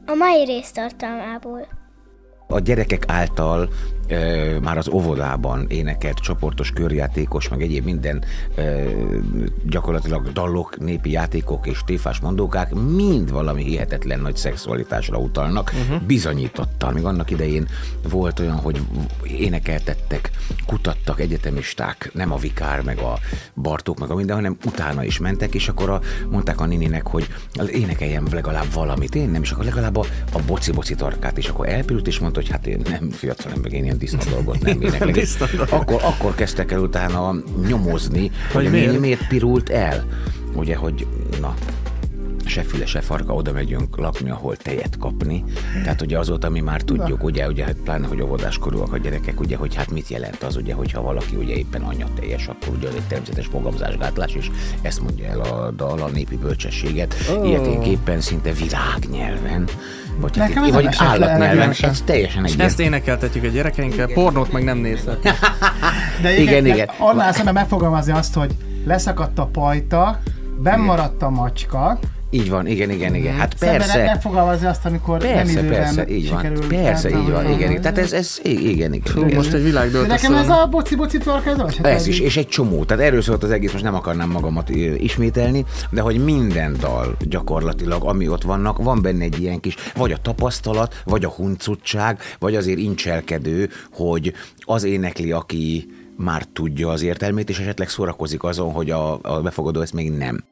A mai rész tartalmából. A gyerekek által már az óvodában énekelt csoportos körjátékos, meg egyéb minden gyakorlatilag dallok, népi játékok és téfás mondókák mind valami hihetetlen nagy szexualitásra utalnak, bizonyítottan. Még annak idején volt olyan, hogy énekeltettek, kutattak egyetemisták, nem a Vikár, meg a Bartók, meg a minden, hanem utána is mentek, és akkor mondták a nininek, hogy énekeljem legalább valamit, én nem, és akkor legalább a boci-boci tarkát, és akkor elpült, és mondta, hogy hát én nem fiatalember, én ilyen disznó dolgot nem éneklek. Akkor kezdtek el utána nyomozni, hogy miért pirult el. Ugye, hogy na, se füle, se farka, oda megyünk lakni, ahol tejet kapni. Tehát ugye azóta mi már tudjuk, ugye hát pláne, hogy óvodáskorúak a gyerekek, ugye, hogy hát mit jelent az, ugye, hogyha valaki ugye éppen anyateljes, akkor ugye az egy természetes fogamzásgátlás, és ezt mondja el a dal, a népi bölcsességet. Ilyeténképpen szinte virágnyelven, vagy állatnyelven, ez teljesen egy. Ezt énekeltetjük a gyerekeinkkel, pornót meg nem nézhet. De igen. Annál szemben megfogalmazni azt, hogy leszakadt a pajta, bennmaradt a macska. Így van, igen. Hát persze. Megfogalmazni azt, amikor nem időben sikerül. Persze, így van, igen. Tehát ez igen. Most egy világdölt. Nekem ez a boci-boci torka, ez is, és egy csomó. Tehát erről szólt az egész, most nem akarnám magamat ismételni, de hogy minden dal gyakorlatilag, ami ott vannak, van benne egy ilyen kis, vagy a tapasztalat, vagy a huncutság, vagy azért incselkedő, hogy az énekli, aki már tudja az értelmét, és esetleg szórakozik azon, hogy a befogadó ezt még nem.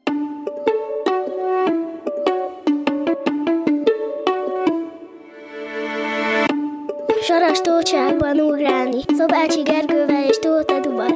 Saras tócsákban ugrálni, Szobácsi Gergővel és Tóth Eduval.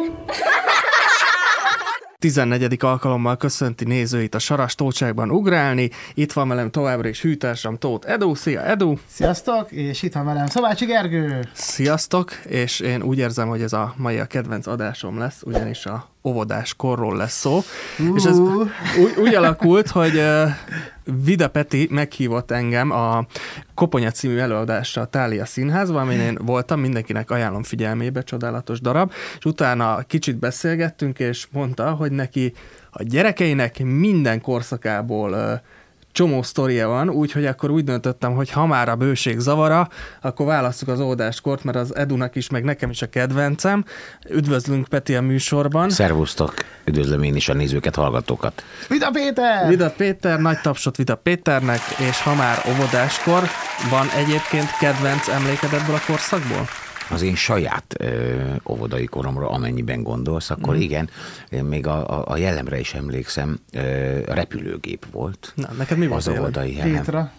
14. alkalommal köszönti nézőit a Saras tócsákban ugrálni. Itt van velem továbbra is hűtársam Tóth Edu. Szia Edu! Sziasztok! És itt van velem Szobácsi Gergő! Sziasztok! És én úgy érzem, hogy ez a mai a kedvenc adásom lesz, ugyanis a óvodás korról lesz szó. És ez úgy alakult, hogy Vida Peti meghívott engem a Koponya című előadásra a Thália Színházban, amin én voltam, mindenkinek ajánlom figyelmébe, csodálatos darab, és utána kicsit beszélgettünk, és mondta, hogy neki a gyerekeinek minden korszakából csomó sztoria van, úgyhogy akkor úgy döntöttem, hogy ha már a bőség zavara, akkor válasszuk az óvodáskort, mert az Edunak is, meg nekem is a kedvencem. Üdvözlünk Peti a műsorban. Szervusztok! Üdvözlöm én is a nézőket, hallgatókat. Vida Péter! Vida Péter, nagy tapsot Vida Péternek, és ha már óvodáskor, van egyébként kedvenc emléked ebből a korszakból? Az én saját óvodai koromra, amennyiben gondolsz, akkor igen, én még a jellemre is emlékszem, repülőgép volt. Na, neked mi volt az óvodai jellem? Létra.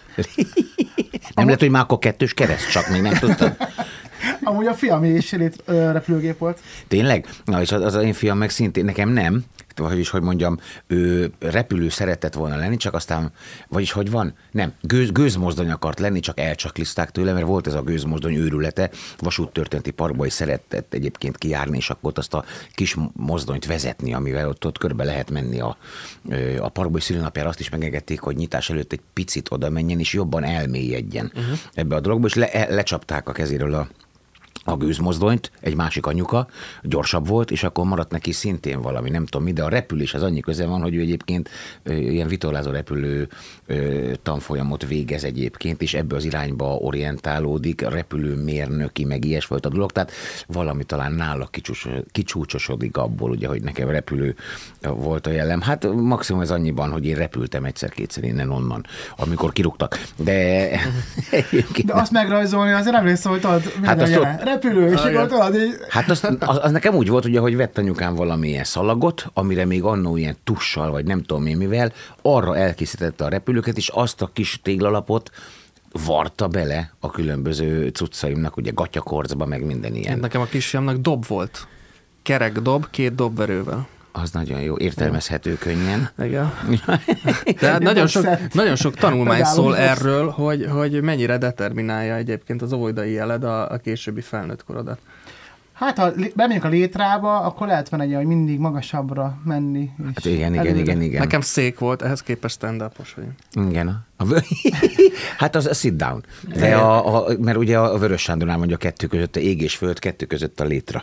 Nem lehet, hogy már akkor kettős kereszt, csak még nem tudtam. Amúgy a fiam is repülőgép volt. Tényleg? Na, és az én fiam meg szintén, nekem nem, vagyis, hogy mondjam, ő repülő szeretett volna lenni, csak aztán, vagyis, hogy van? Nem, gőzmozdony akart lenni, csak elcsakliszták tőle, mert volt ez a gőzmozdony őrülete, vasúttörténeti parkba is szeretett egyébként kijárni, és akkor azt a kis mozdonyt vezetni, amivel ott körbe lehet menni a parkba, és szülőnapjára azt is megengedték, hogy nyitás előtt egy picit oda menjen, és jobban elmélyedjen ebbe a dologba, és lecsapták a kezéről a gőzmozdonyt, egy másik anyuka, gyorsabb volt, és akkor maradt neki szintén valami, nem tudom mi, de a repülés az annyi köze van, hogy ő egyébként ilyen vitorlázó repülő tanfolyamot végez egyébként, és ebbe az irányba orientálódik, repülőmérnöki, meg ilyes volt a dolog, tehát valami talán nála kicsúcsosodik abból, ugye, hogy nekem repülő volt a jellem. Hát maximum ez annyiban, hogy én repültem egyszer-kétszer innen-onnan, amikor kirúgtak, de de azt megrajzolni azért emlékszem, hogy tudod, minden repülő, és akkor tudod így... Hát az nekem úgy volt, ugye, hogy vett anyukám valamilyen szalagot, amire még annó ilyen tussal, vagy nem tudom én mivel, arra elkészítette a repülőket, és azt a kis téglalapot varta bele a különböző cuccaimnak, ugye gatyakorcba, meg minden ilyen. Nekem a kisfiamnak dob volt. Kerek dob, 2 dobverővel. Az nagyon jó, értelmezhető könnyen. Igen. Tehát nagyon sok tanulmány szól erről, hogy mennyire determinálja egyébként az óvodai jeled a későbbi felnőtt korodat. Hát, ha bemegyünk a létrába, akkor lehet van egy, hogy mindig magasabbra menni. Hát igen. Nekem szék volt, ehhez képest stand-upos vagyok. Igen. Hát az a sit down. De mert ugye a Vörös Sándornál mondja 2 között a ég és föld, 2 között a létra.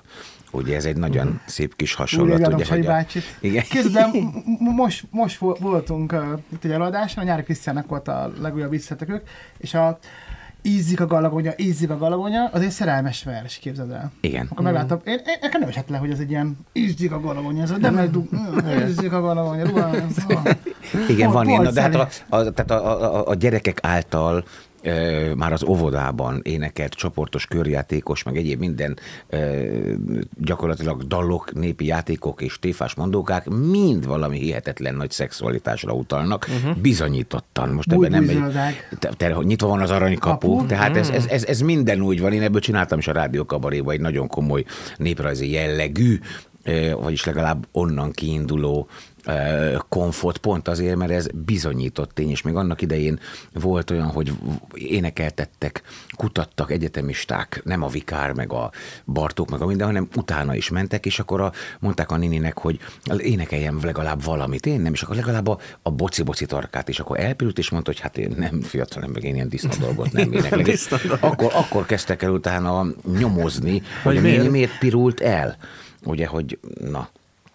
Ugye ez egy nagyon szép kis hasonlat. Ugye, hogy igen. Képzeld, most voltunk itt egy előadáson, a Nyári Krisztiánnak volt a legújabb visszatekők, és a ízik a galagonya, az egy szerelmes vers, képzeld el. Igen. Akkor megláttam, nekem nem esett le, hogy ez egy ilyen ízik a galagonya, ez de megdug, ízik a galagonya, igen, van ilyen, de hát a gyerekek által már az óvodában énekelt csoportos körjátékos, meg egyéb minden gyakorlatilag dallok, népi játékok és téfás mondókák mind valami hihetetlen nagy szexualitásra utalnak, bizonyítottan. Most ebben nem megy, hogy nyitva van az aranykapu, tehát ez minden úgy van. Én ebből csináltam is a rádiókabaréba egy nagyon komoly néprajzi jellegű, vagyis legalább onnan kiinduló konfot, pont azért, mert ez bizonyított tény, és még annak idején volt olyan, hogy énekeltettek, kutattak egyetemisták, nem a Vikár, meg a Bartók, meg a minden, hanem utána is mentek, és akkor mondták a nininek, hogy énekeljem legalább valamit, én nem, és akkor legalább a boci tarkát, és akkor elpirult, és mondta, hogy hát én nem fiatal, meg én ilyen disznadolgot nem éneklek. Akkor kezdtek el utána nyomozni, hogy a néni miért pirult el. Ugye, hogy na,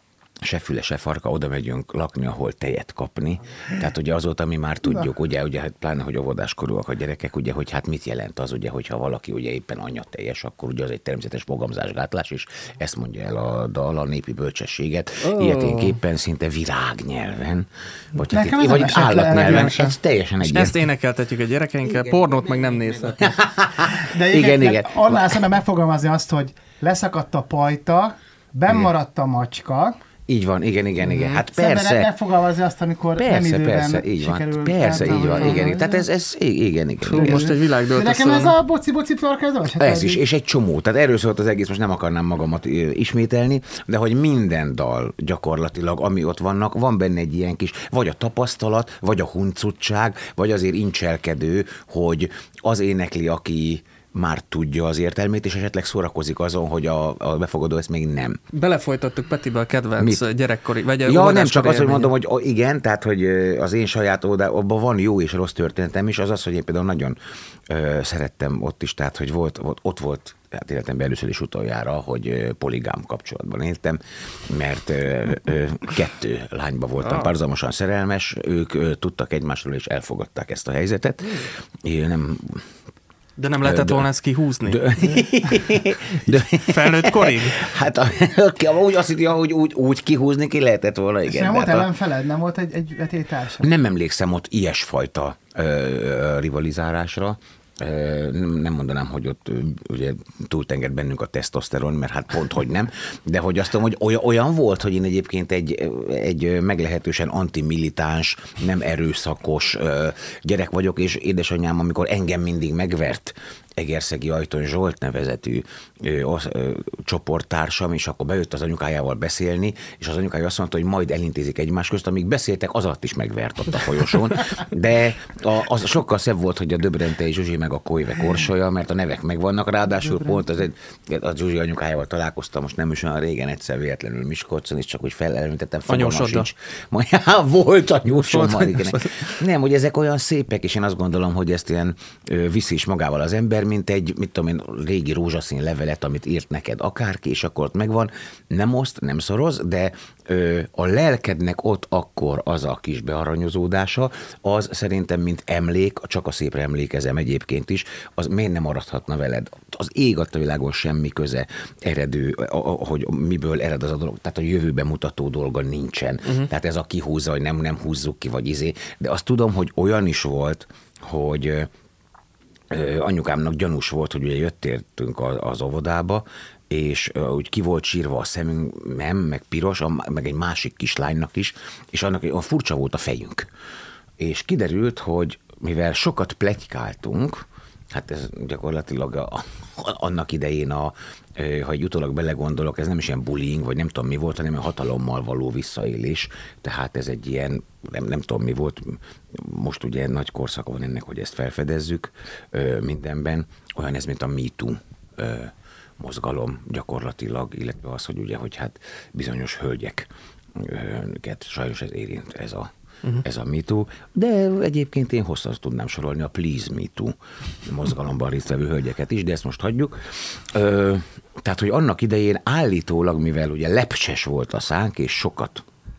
se füle, se farka, oda megyünk lakni, ahol tejet kapni. Tehát ugye azóta mi már tudjuk, ugye hát pláne, hogy óvodáskorúak a gyerekek, ugye, hogy hát mit jelent az, ugye, hogyha valaki ugye éppen anyateljes, akkor ugye az egy természetes fogamzásgátlás, és ezt mondja el a dal, a népi bölcsességet. Ilyeténképpen szinte virágnyelven, vagy állatnyelven, ez teljesen egy. Ezt énekeltetjük a gyerekeinkkel, pornót meg nem nézhetnek. De igen. Annál szemben megfogalmazni azt, hogy leszakadt a pajta, bennmaradt a macska. Így van, igen. Hát persze. Megfogalmazni azt, amikor nem időben így van. sikerül. Persze, így van, igen. Tehát ez igen. Most egy világdölt. Nekem ez a boci tarka, ez is, és egy csomó. Tehát erről szólt az egész, most nem akarnám magamat ismételni, de hogy minden dal gyakorlatilag, ami ott vannak, van benne egy ilyen kis, vagy a tapasztalat, vagy a huncutság, vagy azért incselkedő, hogy az énekli, aki már tudja az értelmét, és esetleg szórakozik azon, hogy a befogadó ezt még nem. Belefolytattuk Petibe a kedvenc gyerekkori, vagy nem csak azt, hogy mondom, hogy igen, tehát, hogy az én saját abban van jó és rossz történetem is, az az, hogy én például nagyon szerettem ott is, tehát, hogy ott volt hát életemben először is utoljára, hogy poligám kapcsolatban éltem, mert 2 lányba voltam párhuzamosan szerelmes, ők tudtak egymásról, és elfogadták ezt a helyzetet. De nem lehetett volna ezt kihúzni? Felnőtt korig? Hát úgy azt hiszem, hogy úgy kihúzni ki lehetett volna, igen. És nem volt ellenfeled? Nem volt egy vetétársam? Nem emlékszem ott ilyesfajta rivalizálásra. Nem mondanám, hogy ott ugye túltengert bennünk a tesztoszteron, mert hát pont, hogy nem, de hogy azt mondom, hogy olyan volt, hogy én egyébként egy meglehetősen antimilitáns, nem erőszakos gyerek vagyok, és édesanyám, amikor engem mindig megvert, Egerszegi Ajton Zsolt nevezetű csoporttársam, és akkor bejött az anyukájával beszélni, és az anyukája azt mondta, hogy majd elintézik egymás közt, amíg beszéltek, az alatt is megvert ott a folyosón, de az sokkal szebb volt, hogy a Döbrentei Zsuzsi meg a Kolyve Korsolya, mert a nevek megvannak, ráadásul pont a Zsuzsi anyukájával találkoztam, most nem is olyan régen, egyszer véletlenül Miskolcon, és csak úgy felelőnítettem. Volt anyósom. Nem, hogy ezek olyan szépek, és én azt gondolom, hogy ezt ilyen viszi is magával az ember, mint egy, mit tudom én, régi rózsaszín levelet, amit írt neked akárki, és akkor ott megvan, nem oszt, nem szoroz, de a lelkednek ott akkor az a kis bearanyozódása, az szerintem, mint emlék, csak a szépre emlékezem egyébként is, az miért nem maradhatna veled? Az ég adta világon semmi köze eredő, hogy miből ered az a dolog, tehát a jövőbe mutató dolga nincsen. Tehát ez a kihúzza, hogy nem húzzuk ki, vagy de azt tudom, hogy olyan is volt, hogy anyukámnak gyanús volt, hogy ugye jöttünk az óvodába, és úgy ki volt sírva a szemünk, meg piros, meg egy másik kislánynak is, és annak olyan furcsa volt a fejünk. És kiderült, hogy mivel sokat pletykáltunk, hát ez gyakorlatilag annak idején, ha egy utólag belegondolok, ez nem is ilyen bullying, vagy nem tudom mi volt, hanem a hatalommal való visszaélés, tehát ez egy ilyen, nem tudom mi volt, most ugye nagy korszaka van ennek, hogy ezt felfedezzük mindenben, olyan ez, mint a MeToo mozgalom gyakorlatilag, illetve az, hogy ugye, hogy hát bizonyos hölgyeket sajnos ez érint, ez a ez a Me Too, de egyébként én hosszan tudnám sorolni a Please Me Too mozgalomban résztvevő hölgyeket is, de ezt most hagyjuk. Tehát, hogy annak idején állítólag, mivel ugye lepses volt a szánk, és sokat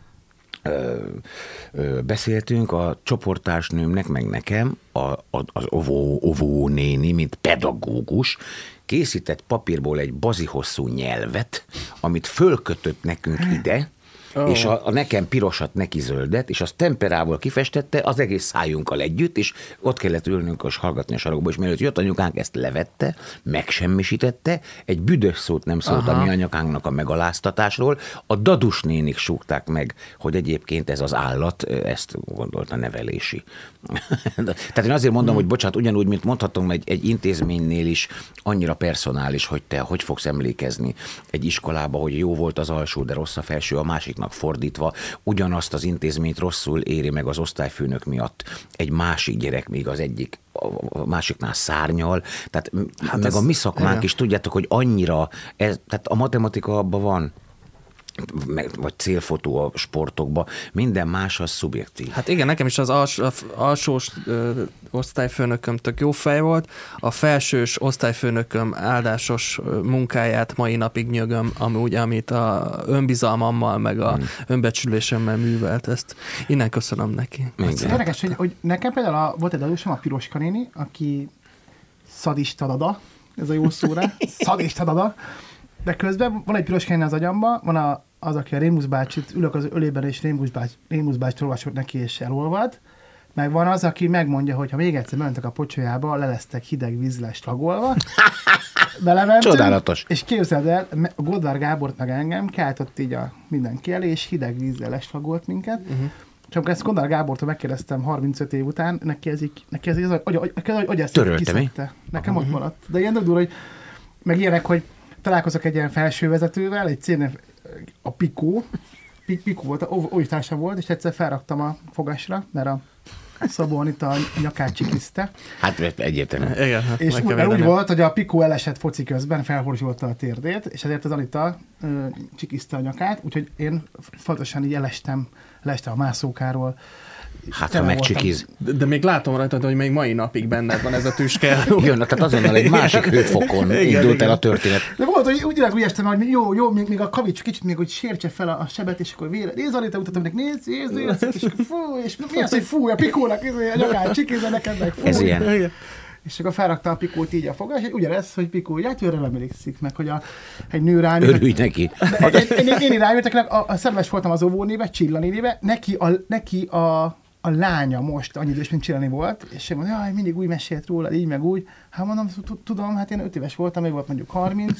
beszéltünk, a csoporttársnőmnek, meg nekem az Ovó néni, mint pedagógus, készített papírból egy bazihosszú nyelvet, amit fölkötött nekünk ide, és a nekem pirosat, neki zöldet, és azt temperával kifestette az egész szájunkkal együtt, és ott kellett ülnünk és hallgatni a sarokba, és mielőtt jött anyukánk, ezt levette, megsemmisítette, egy büdös szót nem szólt a mi anyukánknak a megaláztatásról, a dadus nénik súgták meg, hogy egyébként ez az állat, ezt gondolta nevelési. Tehát én azért mondom, hogy bocsánat, ugyanúgy, mint mondhatom egy intézménynél is annyira personális, hogy te hogy fogsz emlékezni egy iskolába, hogy jó volt az alsó, de rossz a felső, a másiknak fordítva, ugyanazt az intézményt rosszul éri meg az osztályfőnök miatt egy másik gyerek, még az egyik a másiknál szárnyal, tehát hát meg a mi szakmánk is, tudjátok, hogy annyira, tehát a matematika abban van, vagy célfotó a sportokban, minden más az szubjektív. Hát igen, nekem is az alsós osztályfőnököm tök jó fej volt, a felsős osztályfőnököm áldásos munkáját mai napig nyögöm, amit a önbizalmammal, meg a önbecsülésemmel művelt, ezt innen köszönöm neki. Érdekes, hogy nekem például volt egy dadusom, a Piroska néni, aki szadista dada, ez a jó szóra, szadista dada, de közben van egy Piroska néni az agyamban, van az, aki a Rémusz bácsit, ülök az ölében, és Rémusz bácsit olvasok neki, és elolvad, meg van az, aki megmondja, hogy ha még egyszer mentek a pocsolyába, lelesztek hideg vízzel slagolva, belementünk, csodálatos. És képzeld el, a Godvár Gábort meg engem keltott így mindenki elé, és hideg vízzel leslagolt minket, és amikor ezt Godvár Gábortól megkérdeztem 35 év után, neki ez törölte mi? Nekem ott maradt. De ilyen durva, hogy meg ilyenek, hogy találkozok egy ilyen felsővezetővel, egy cégnél a Pikó volt, óvótársam volt, és egyszer felraktam a fogasra, mert a Szabó Anita a nyakát csikizte. Hát egyértelmű. Igen, és úgy volt, hogy a Pikó elesett foci közben, felhorzsolta a térdét, és ezért az Anita csikizte a nyakát, úgyhogy én fontosan így elestem a mászókáról. Hát, ha megcsikiz. De még látom rajta, hogy még mai napig benned van ez a tüske. Jön, tehát azonnal egy másik hőfokon indult el a történet. De volt, hogy úgy estem, hogy jó, még a kavics kicsit még hogy sértse fel a sebet, és akkor nézd, Anita, mutatom, hogy nézd, és fú, és mi az, hogy fú, a Pikónak a nyakát csikizze neked meg, fú. Ez ilyen. És akkor felrakta a Pikót így a fogás, és ugyanez, hogy Pikó, hát őre nem emlékszik meg, hogy egy nő rányújt. Örülj neki. Én irányultak, a szemes voltam az óvónébe, Csilla nénibe, neki a lánya most annyi idős, mint Csillani volt, és én mondom, jaj, mindig úgy mesélt róla, így meg úgy. Hát mondom, tudom, hát én 5 éves voltam, még volt mondjuk 30.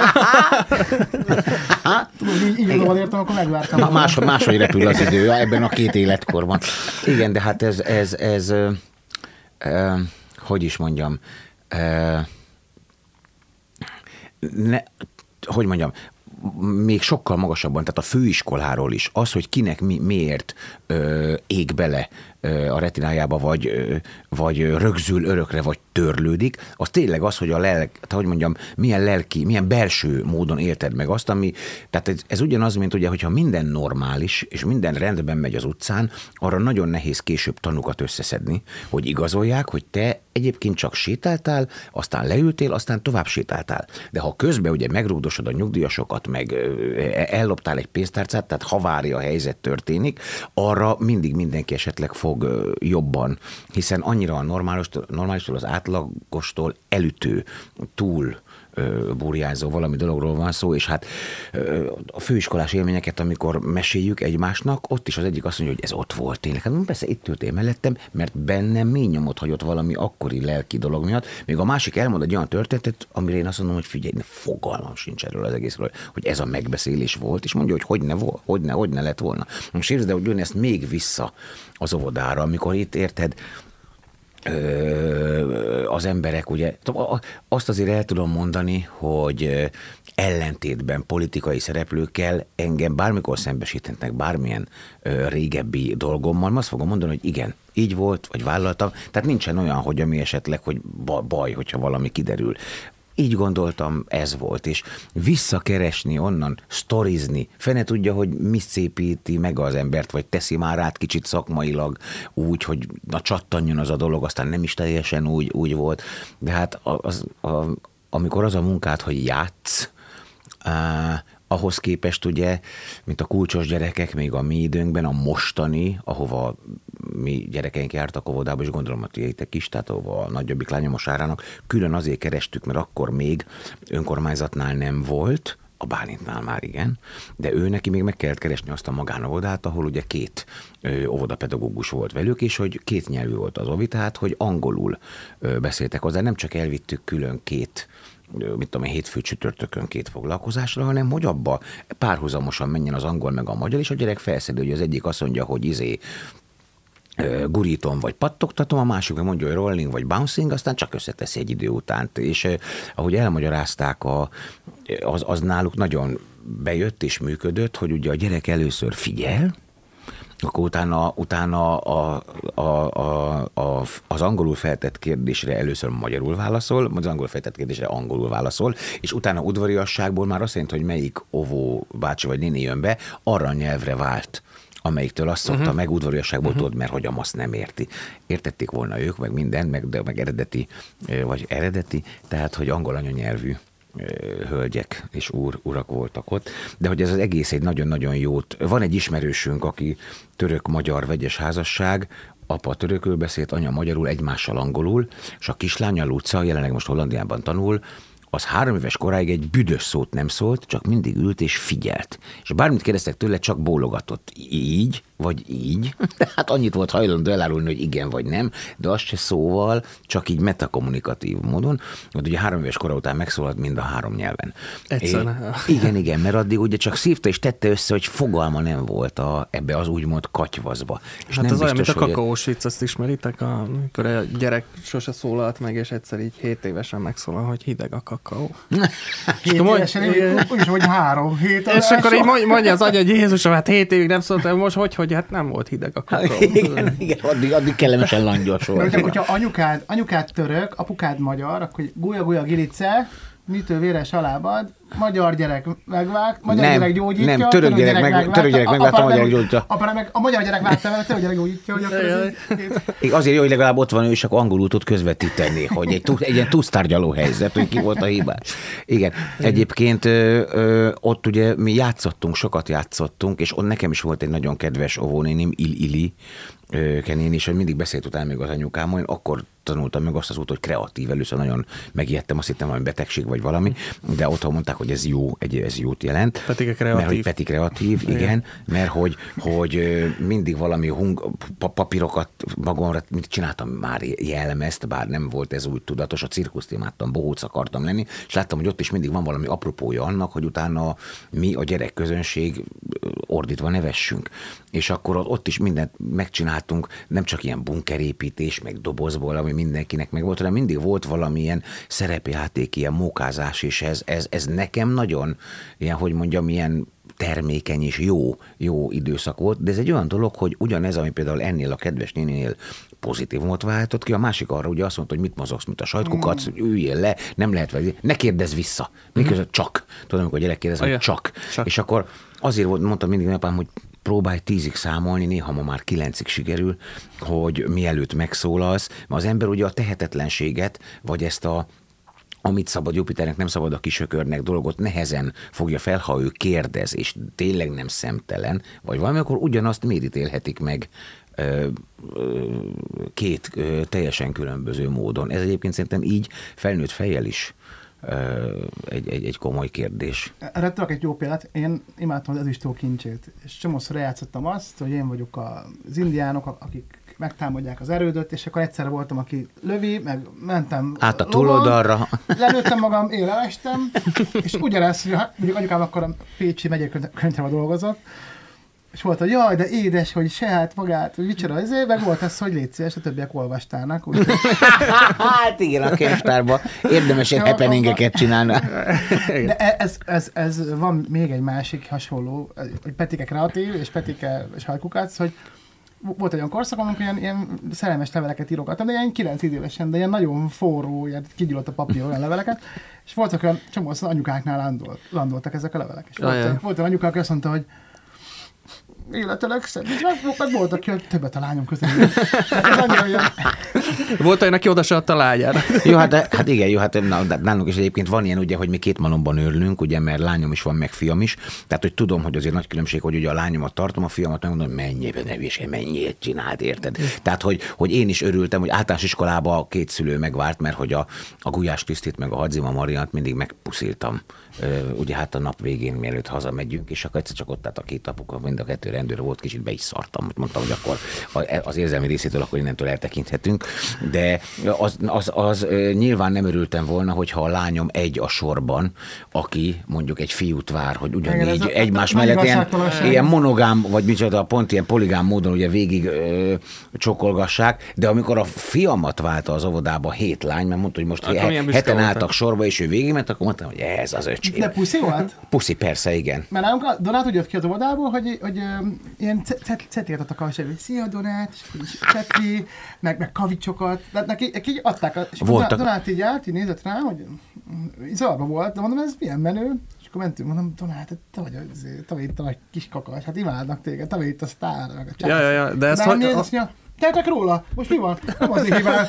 Tudom, így oda értem, akkor megvártam. Máshogy repül az idő ebben a 2 életkorban. Igen, de hát ez hogy is mondjam, hogy mondjam, még sokkal magasabban, tehát a főiskoláról is, az, hogy kinek miért ég bele a retinájába, vagy rögzül örökre, vagy törlődik, az tényleg az, hogy hogy mondjam, milyen belső módon élted meg azt, ami, tehát ez ugyanaz, mint ugye, hogyha minden normális, és minden rendben megy az utcán, arra nagyon nehéz később tanukat összeszedni, hogy igazolják, hogy te egyébként csak sétáltál, aztán leültél, aztán tovább sétáltál. De ha közben ugye megrúdosod a nyugdíjasokat, meg elloptál egy pénztárcát, tehát havária helyzet történik, arra mindig mindenki esetleg fog jobban, hiszen annyira a normálistól, az átlagostól elütő, túl burjánzó valami dologról van szó, és hát a főiskolás élményeket, amikor meséljük egymásnak, ott is az egyik azt mondja, hogy ez ott volt tényleg. Hát persze itt ültél mellettem, mert bennem mély nyomot hagyott valami akkori lelki dolog miatt, még a másik elmond egy olyan történetet, amire én azt mondom, hogy figyelj, fogalmam sincs erről az egészről, hogy ez a megbeszélés volt, és mondja, hogy hogy ne lett volna. Most érted, hogy jön ezt még vissza az óvodára, amikor itt érted, az emberek, ugye, azt azért el tudom mondani, hogy ellentétben politikai szereplőkkel engem bármikor szembesítenek bármilyen régebbi dolgommal, azt fogom mondani, hogy igen, így volt, vagy vállaltam, tehát nincsen olyan, hogy ami esetleg, hogy baj, hogyha valami kiderül. így gondoltam, ez volt, és visszakeresni onnan, sztorizni, fene tudja, hogy mi szépíti meg az embert, vagy teszi már át kicsit szakmailag úgy, hogy na csattanjon az a dolog, aztán nem is teljesen úgy volt, de hát amikor az a munkát, hogy játsz, ahhoz képest ugye, mint a kulcsos gyerekek még a mi időnkben, a mostani, ahova mi gyerekeink jártak óvodába, és gondolom a tiétek is, tehát ahova a nagyobbik lányom a Sárának, külön azért kerestük, mert akkor még önkormányzatnál nem volt, a Bálintnál már igen, de ő neki még meg kellett keresni azt a magánovodát, ahol ugye 2 óvodapedagógus volt velük, és hogy 2 nyelvű volt az ovi, tehát hogy angolul beszéltek hozzá, nem csak elvittük külön 2 mit tudom én, hétfő csütörtökön 2 foglalkozásra, hanem hogy abba párhuzamosan menjen az angol meg a magyar, és a gyerek felszedő, hogy az egyik azt mondja, hogy gurítom vagy pattogtatom, a másik meg mondja, hogy rolling vagy bouncing, aztán csak összeteszi egy idő után. És ahogy elmagyarázták, az náluk nagyon bejött és működött, hogy ugye a gyerek először figyel, akkor utána az angolul feltett kérdésre először magyarul válaszol, az angolul feltett kérdésre angolul válaszol, és utána udvariasságból már azt jelenti, hogy melyik óvó bácsi vagy néni jön be, arra a nyelvre vált, amelyiktől azt szokta meg udvariasságból tudod, mert hogy azt nem érti. Értették volna ők, meg minden, meg eredeti, tehát hogy angol anyanyelvű hölgyek és urak voltak ott, de hogy ez az egész egy nagyon-nagyon jót. Van egy ismerősünk, aki török-magyar vegyes házasság, apa törökül beszélt, anya magyarul, egymással angolul, és a kislánya Luca, jelenleg most Hollandiában tanul, az 3 éves koráig egy büdös szót nem szólt, csak mindig ült és figyelt. És bármit kérdeztek tőle, csak bólogatott. Így, vagy így. Hát annyit volt hajlandó elárulni, hogy igen vagy nem, de azt se szóval, csak így metakommunikatív módon. Mert ugye 3 éves kora után megszólalt mind a 3 nyelven. Igen, mert addig ugye csak szívta és tette össze, hogy fogalma nem volt ebbe az úgymond katyvaszba. És hát nem ez olyan, mint a hogy kakaós vicc, azt ismeritek, amikor a gyerek sose szólalt meg, és egyszer így 7 évesen megszólal, hogy hideg a kakaó. 7 évesen, úgyis, hogy 3 hét. És akkor így mondja az anya, hogy Jézusom, hát 7 évig nem szóltam, most hogy hát nem volt hideg a kakaó. Igen, addig kellemesen langyos volt. Mert hogyha anyukád török, apukád magyar, akkor gulya gilice, mitől véres alábad, magyar gyerek megvág, magyar gyerek gyógyítja, nem, török gyerek megvágta, a magyar gyógyítja. A magyar gyerek vágta meg, a török gyerek gyógyítja, hogy akkor azért jó, hogy legalább ott van ő, és akkor angolul tud közvetíteni, hogy egy ilyen túsztárgyaló helyzet, hogy ki volt a hibás. Igen, egyébként ott ugye mi sokat játszottunk, és ott nekem is volt egy nagyon kedves óvónénim, Ili Kenén, és mindig beszélt utána még az anyukám, én akkor tanultam meg azt az út, hogy kreatív. Először nagyon megijedtem, azt hittem, valami betegség vagy valami, de otthon mondták, hogy ez jó, ez jót jelent. Peti kreatív. Mert hogy Peti kreatív, igen, mert hogy mindig valami papírokat magamra csináltam már jelmezt, bár nem volt ez úgy tudatos, a cirkuszt imádtam, bohóc akartam lenni, és láttam, hogy ott is mindig van valami apropója annak, hogy utána mi a gyerekközönség ordítva nevessünk. És akkor ott is mindent megcsináltunk, nem csak ilyen bunkerépítés, meg dobozból, ami mindenkinek meg volt, hanem mindig volt valamilyen szerepjáték, ilyen mókázás, és ez nekem nagyon, ilyen, hogy mondjam, ilyen termékeny és jó időszak volt, de ez egy olyan dolog, hogy ugyanez, ami például ennél a kedves néninél pozitívumot váltott ki, a másik arra ugye azt mondta, hogy mit mozogsz, mint a sajtkukac, hogy üljél le, nem lehet vele, ne kérdezz vissza. Miközben csak. Tudom, amikor a gyerek kérdez, hogy csak. És akkor azért volt, mondtam mindig apám, hogy próbálj 10-ig számolni, néha ma már 9-ig sikerül, hogy mielőtt megszólalsz, mert az ember ugye a tehetetlenséget, vagy ezt amit szabad Jupiternek, nem szabad a kisökörnek dolgot nehezen fogja fel, ha ő kérdez, és tényleg nem szemtelen, vagy valami, akkor ugyanazt miért ítélhetik meg 2 teljesen különböző módon. Ez egyébként szerintem így felnőtt fejjel is egy komoly kérdés. Erre tudok egy jó példát. Én imádtam az ezüstó kincsét, és csomószor eljátszottam azt, hogy én vagyok az indiánok, akik megtámadják az erődöt, és akkor egyszerre voltam, aki lövi, meg mentem át a túloldalra. Lelőttem magam, én leestem, és ugyanez, hogy mondjuk anyukám akkor a Pécsi megyei könyvtárban dolgozott, és volt, hogy jaj, de édes, hogy saját magát, hogy micsoda azért, meg volt ez, hogy légy szíves, a többiek olvastának. Hát igen, a könyvtárban érdemes egy happeningeket csinálni. De ez van még egy másik hasonló, hogy Petike kreatív, és Petike és hajkukac, hogy volt egy olyan korszak, amikor ilyen szerelmes leveleket írogattam, de ilyen 9 évesen, de ilyen nagyon forró, ilyen kigyulladt a papír olyan leveleket, és voltak olyan csomószor anyukáknál landoltak ezek a levelek. És volt olyan anyukák, aki azt mondta, hogy életelek szebb, meg volt, aki többet a lányom közül. Volt olyan, aki oda se adta a lányára. Jó, hát igen, jó, hát nálunk is egyébként van ilyen, ugye, hogy mi 2 malomban őrlünk, ugye, mert lányom is van, meg fiam is. Tehát, hogy tudom, hogy azért nagy különbség, hogy ugye a lányomat tartom, a fiamat megmondom, hogy mennyit csináld, érted? Tehát, hogy én is örültem, hogy általános iskolában 2 szülő megvárt, mert hogy a Gulyás Krisztit meg a Hadzima Mariant mindig megpusziltam. Ugye hát a nap végén, mielőtt hazamegyünk, és akkor egyszer csak ott állt a 2 apuka, mind a 2 rendőr volt, kicsit be is szartam, mondtam, hogy akkor az érzelmi részétől akkor innentől eltekinthetünk, de az nyilván nem örültem volna, hogyha a lányom egy a sorban, aki mondjuk egy fiút vár, hogy ugyanígy egymás mellett ilyen monogám, vagy micsoda, pont ilyen poligám módon ugye végig csokolgassák, de amikor a fiamat válta az óvodába 7 lány, mert mondta, hogy most heten álltak sorba, és ő végigment, akkor mondtam, hogy ez az öcsém. De puszi volt? Puszi, persze, igen. Mert nálunk a Donát úgy jött ki az óvodából, hogy ilyen cetliket adtak a hogy szia Donát, és cetli, meg kavicsokat, de neki adták, és Donát így állt, így nézett rám, hogy zavarba volt, de mondom, ez milyen menő, és akkor mentünk, mondom, Donát, te vagy itt a nagy kis kakas, hát imádnak téged, te vagy itt a sztár, meg a csász. Ja, de ezt hogy... Tehetek róla? Most mi van? Nem azért hívál.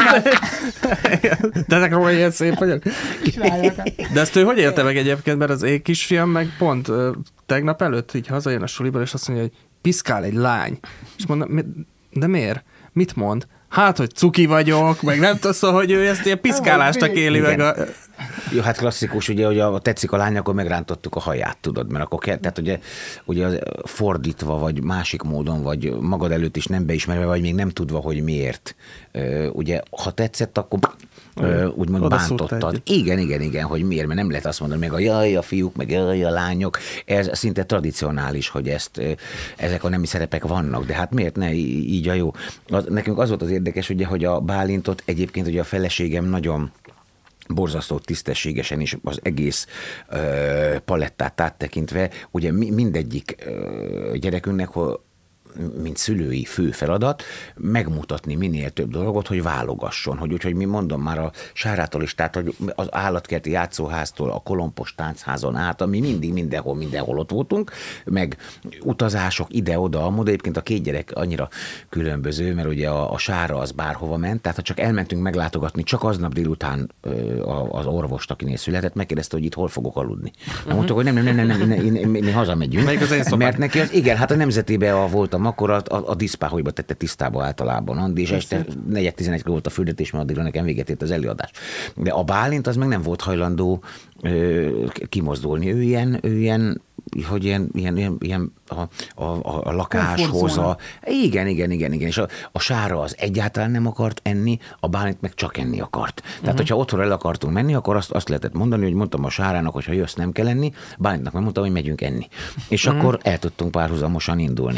Tehetek róla, ilyen szép vagyok. De ezt ő hogy élte meg egyébként, mert az én kisfiam meg pont tegnap előtt így hazajön a suliból, és azt mondja, hogy piszkál egy lány. És mondom, de miért? Mit mond? Hát, hogy cuki vagyok, meg nem tudom, hogy ő ezt ilyen piszkálásnak éli meg a... Jó, hát klasszikus, ugye, hogy tetszik a lány, akkor megrántottuk a haját, tudod, mert akkor tehát ugye az fordítva, vagy másik módon, vagy magad előtt is nem beismerve, vagy még nem tudva, hogy miért. Ugye, ha tetszett, akkor úgymond bántottad. Igen, hogy miért, mert nem lehet azt mondani, meg a fiúk, meg a lányok, ez szinte tradicionális, hogy ezek a nemi szerepek vannak, de hát miért ne így a jó. Nekünk az volt az érdekes, ugye, hogy a Bálintot egyébként ugye a feleségem nagyon borzasztó tisztességesen is az egész palettát áttekintve, ugye mindegyik gyerekünknek, mint szülői fő feladat, megmutatni minél több dolgot, hogy válogasson. Úgyhogy mi mondom már a Sárától is, tehát hogy az állatkerti játszóháztól a Kolompos táncházon át, ami mindig mindenhol ott voltunk, meg utazások ide-oda, amúgy egyébként a 2 gyerek annyira különböző, mert ugye a Sára az bárhova ment, tehát ha csak elmentünk meglátogatni, csak aznap délután az orvost, akinél született, megkérdezte, hogy itt hol fogok aludni. Mondtuk, hogy nem, mi hazamegyünk. Mert neki az, igen, hát a nemzetében voltam, akkor a diszpáholyba tette tisztába általában Andi, és este 4:11-kor volt a fürdetés, mert addigra nekem véget ért az előadás. De a Bálint az meg nem volt hajlandó kimozdulni. Ő ilyen hogy ilyen a lakáshoz. Igen. És a Sára az egyáltalán nem akart enni, a Bálint meg csak enni akart. Tehát, hogyha otthon el akartunk menni, akkor azt lehetett mondani, hogy mondtam a Sárának, hogy ha jössz, nem kell enni, Bálintnak megmondtam, hogy megyünk enni. És akkor el tudtunk párhuzamosan indulni.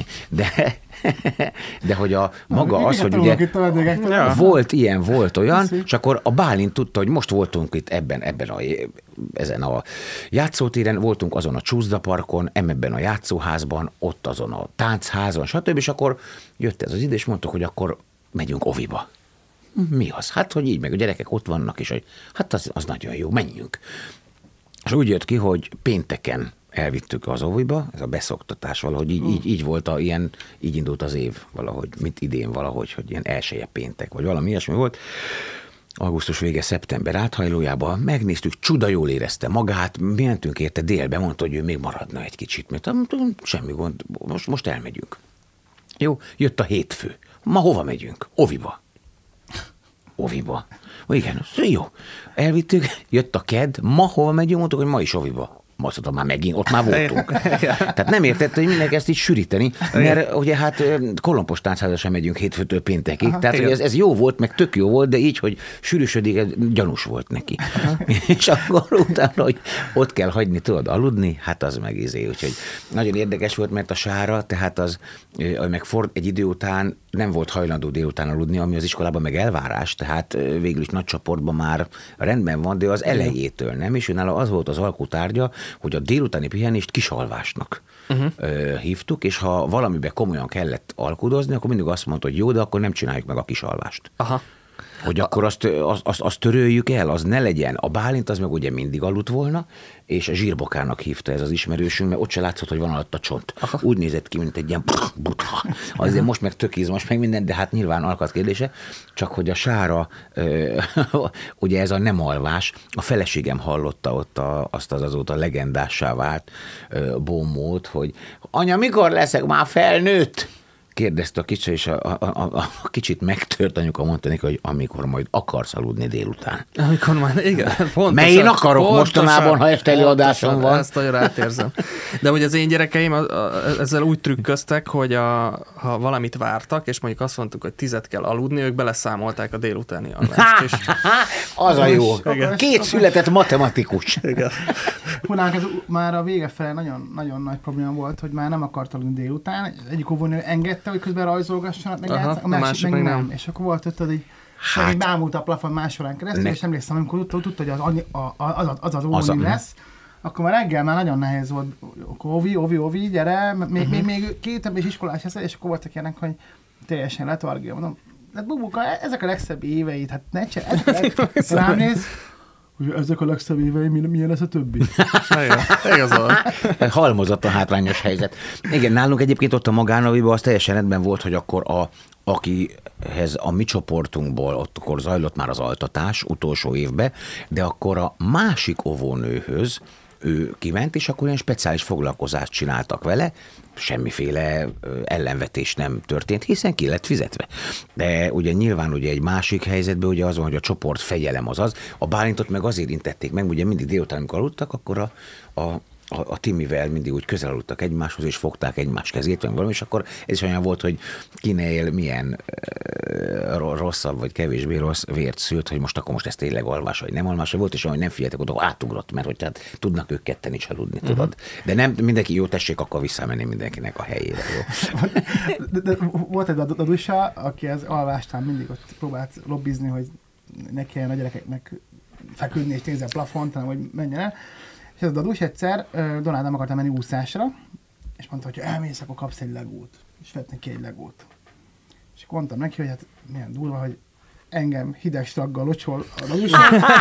De hogy a maga az, hogy ugye volt ilyen, volt olyan, és akkor a Bálint tudta, hogy most voltunk itt ezen a játszótéren, voltunk azon a csúszdaparkon, ebben a játszóházban, ott azon a táncházon, stb. És akkor jött ez az idő, és mondtuk, hogy akkor megyünk oviba. Mi az? Hát, hogy így, meg a gyerekek ott vannak, és hogy hát az nagyon jó, menjünk. És úgy jött ki, hogy pénteken elvittük az oviba, ez a beszoktatás valahogy így volt, így indult az év valahogy, mint idén valahogy, hogy ilyen elsője péntek, vagy valami ilyesmi volt. Augusztus vége, szeptember áthajlójában megnéztük, csuda jól érezte magát, mi mentünk érte délbe, mondta, hogy ő még maradna egy kicsit, mert semmi gond, most elmegyünk. Jó, jött a hétfő. Ma hova megyünk? Oviba. Igen, jó. Elvittük, jött a kedd, ma hova megyünk, mondtuk, hogy ma is oviba. Azt mondtam, már megint, ott már voltunk. Tehát nem értette, hogy mindenki ezt így sűríteni, mert ugye hát Kolompos táncházra sem megyünk hétfőtől péntekig. Aha, tehát hogy ez jó volt, meg tök jó volt, de így, hogy sűrűsödik, gyanús volt neki. És akkor utána, hogy ott kell hagyni, tudod, aludni, hát az meg úgyhogy nagyon érdekes volt, mert a Sára, tehát az meg egy idő után nem volt hajlandó délután aludni, ami az iskolában meg elvárás, tehát végül is nagy csoportban már rendben van, de az elejétől nem, és nála az volt az alkutárgya, hogy a délutáni pihenést kisalvásnak hívtuk, és ha valamiben komolyan kellett alkudozni, akkor mindig azt mondta, hogy jó, de akkor nem csináljuk meg a kisalvást. Aha. Hogy akkor azt töröljük el, az ne legyen. A Bálint az meg ugye mindig aludt volna, és a zsírbokának hívta ez az ismerősünk, mert ott se látszott, hogy van alatt a csont. Aha. Úgy nézett ki, mint egy ilyen butha. Azért most meg tök izmos, meg minden, de hát nyilván alkat kérdése, csak hogy a sára, ugye ez a nem alvás, a feleségem hallotta ott azt az azóta legendássá vált bombót, hogy anya, mikor leszek már felnőtt? Kérdezte a kicsi, és a kicsit megtört anyuka, mondta neki, hogy amikor majd akarsz aludni délután. Amikor majd, igen, pontosan. Mert én akarok mostanában, ha este előadásom van. Ezt nagyon átérzem. De hogy az én gyerekeim ezzel úgy trükköztek, hogy ha valamit vártak, és mondjuk azt mondtuk, hogy 10 kell aludni, ők beleszámolták a délutáni adást. És... Az a jó. Két született matematikus. Igen. Nálunk ez már a vége felé nagyon, nagyon nagy probléma volt, hogy már nem akart aludni délután. Egyik óvónő engedte, hogy közben rajzolgassanak, meg a másik meg nem. És akkor volt ott, hogy bámult a plafon másorán keresztül, és emlékszem, amikor tudta, hogy az óvónő lesz, akkor már reggel már nagyon nehéz volt, Ovi, gyere, még két és iskolás lesz, és akkor voltak ilyenek, hogy teljesen letargja. Mondom, de Bubuka, ezek a legszebb éveid, hát ne csinálj, rám néz, hogy ezek a legszebb éveim, milyen lesz a többi? Igazol. Halmozott a hátrányos helyzet. Igen, nálunk egyébként ott a magánaviban az teljesen rendben volt, hogy akkor akihez a mi csoportunkból ott akkor zajlott már az altatás utolsó évben, de akkor a másik óvónőhöz ő kiment, és akkor ilyen speciális foglalkozást csináltak vele, semmiféle ellenvetés nem történt, hiszen ki lett fizetve. De ugye nyilván ugye egy másik helyzetben ugye az van, hogy a csoport fegyelem az. A Bálintot meg azért intették meg, ugye mindig délután, amikor aludtak, akkor a Timivel mindig úgy közel aludtak egymáshoz, és fogták egymás kezét, vagy valami, és akkor ez is olyan volt, hogy kinél milyen rosszabb, vagy kevésbé rossz vért szült, hogy most ez tényleg alvás, vagy nem alvás volt, és ahogy nem figyeltek oda, átugrott, mert hogy tehát tudnak ők ketten is aludni, tudod. De nem mindenki, jó, tessék, akkor visszamenni mindenkinek a helyére. Jó. De volt egy dadusa, aki az alvástán mindig ott próbált lobbizni, hogy ne kelljen a gyerekeknek feküdni és nézni a plafont, hanem hogy menjen el. És ez a dadus egyszer Donald nem akartam menni úszásra, és mondta, hogy ha elmész, akkor kapsz egy legót. És vett neki egy legót. És mondtam neki, hogy hát milyen durva, hogy engem hideg straggal locsol a dadusra,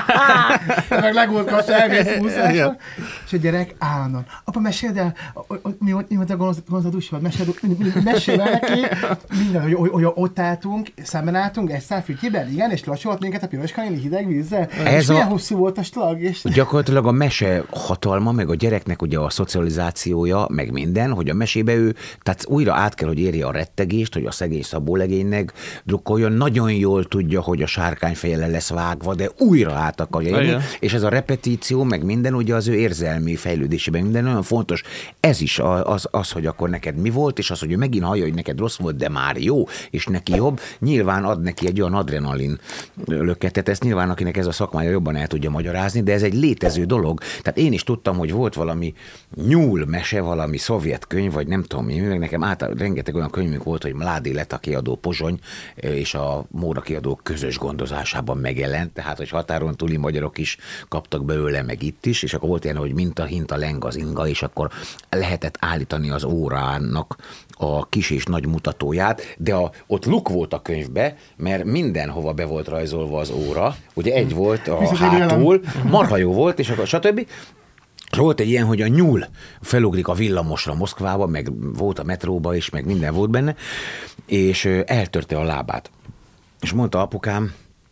te meg legót kapsz, elmész úszásra. És a gyerek állandóan, apa, meséld el, mi volt a gonosz dadusod, meséld el neki, minden, hogy ott álltunk, szemben álltunk, egy szál fütyében, igen, és locsolt minket a Piroska néni hideg vízzel, és milyen hosszú volt a slag. És... Gyakorlatilag a mese hatalma, meg a gyereknek ugye a szocializációja, meg minden, hogy a mesébe ő, tehát újra át kell, hogy érje a rettegést, hogy a szegény Szabólegénynek drukkoljon, nagyon jól tudja, hogy a sárkányfeje le lesz vágva, de újra át akarja érni, és ez a repetíció, meg minden ugye az ő érzelmi fejlődésében minden nagyon fontos. Ez is az, hogy akkor neked mi volt, és az, hogy ő megint hallja, hogy neked rossz volt, de már jó, és neki jobb, nyilván ad neki egy olyan adrenalin löketet, ezt nyilván akinek ez a szakmája jobban el tudja magyarázni, de ez egy létező dolog. Tehát én is tudtam, hogy volt valami nyúl mese, valami szovjet könyv, vagy nem tudom mi, meg nekem rengeteg olyan könyvünk volt, hogy Mládi Leta kiadó Pozsony és a Móra kiadó közös gondozásában megjelent, tehát hogy határon túli magyarok is kaptak belőle, meg itt is, és akkor volt ilyen, hogy minta, hinta, leng az inga, és akkor lehetett állítani az órának a kis és nagy mutatóját, de ott luk volt a könyvbe, mert mindenhova be volt rajzolva az óra, ugye egy volt a hátul, marha jó volt, és akkor stb. Volt egy ilyen, hogy a nyúl felugrik a villamosra Moszkvába, meg volt a metróba is, meg minden volt benne, és eltörte a lábát. És mondta apukám,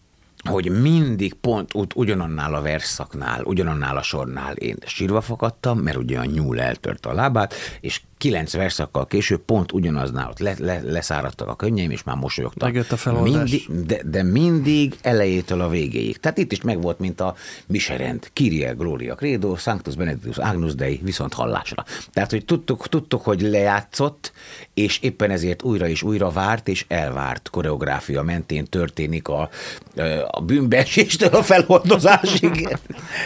hogy mindig pont ugyanannál a versszaknál, ugyanannál a sornál én sírva fakadtam, mert ugye a nyúl eltörte a lábát, és 9 verszakkal később pont ugyanaznál ott leszáradtak a könnyeim, és már mosolyogtak. Megjött a feloldás. De mindig elejétől a végéig. Tehát itt is megvolt, mint a miserend, Kyrie Gloria Credo, Sanctus Benedictus Agnus Dei, viszont hallásra. Tehát, hogy tudtuk, hogy lejátszott, és éppen ezért újra és újra várt és elvárt koreográfia mentén történik a bűnbeeséstől a feloldozásig.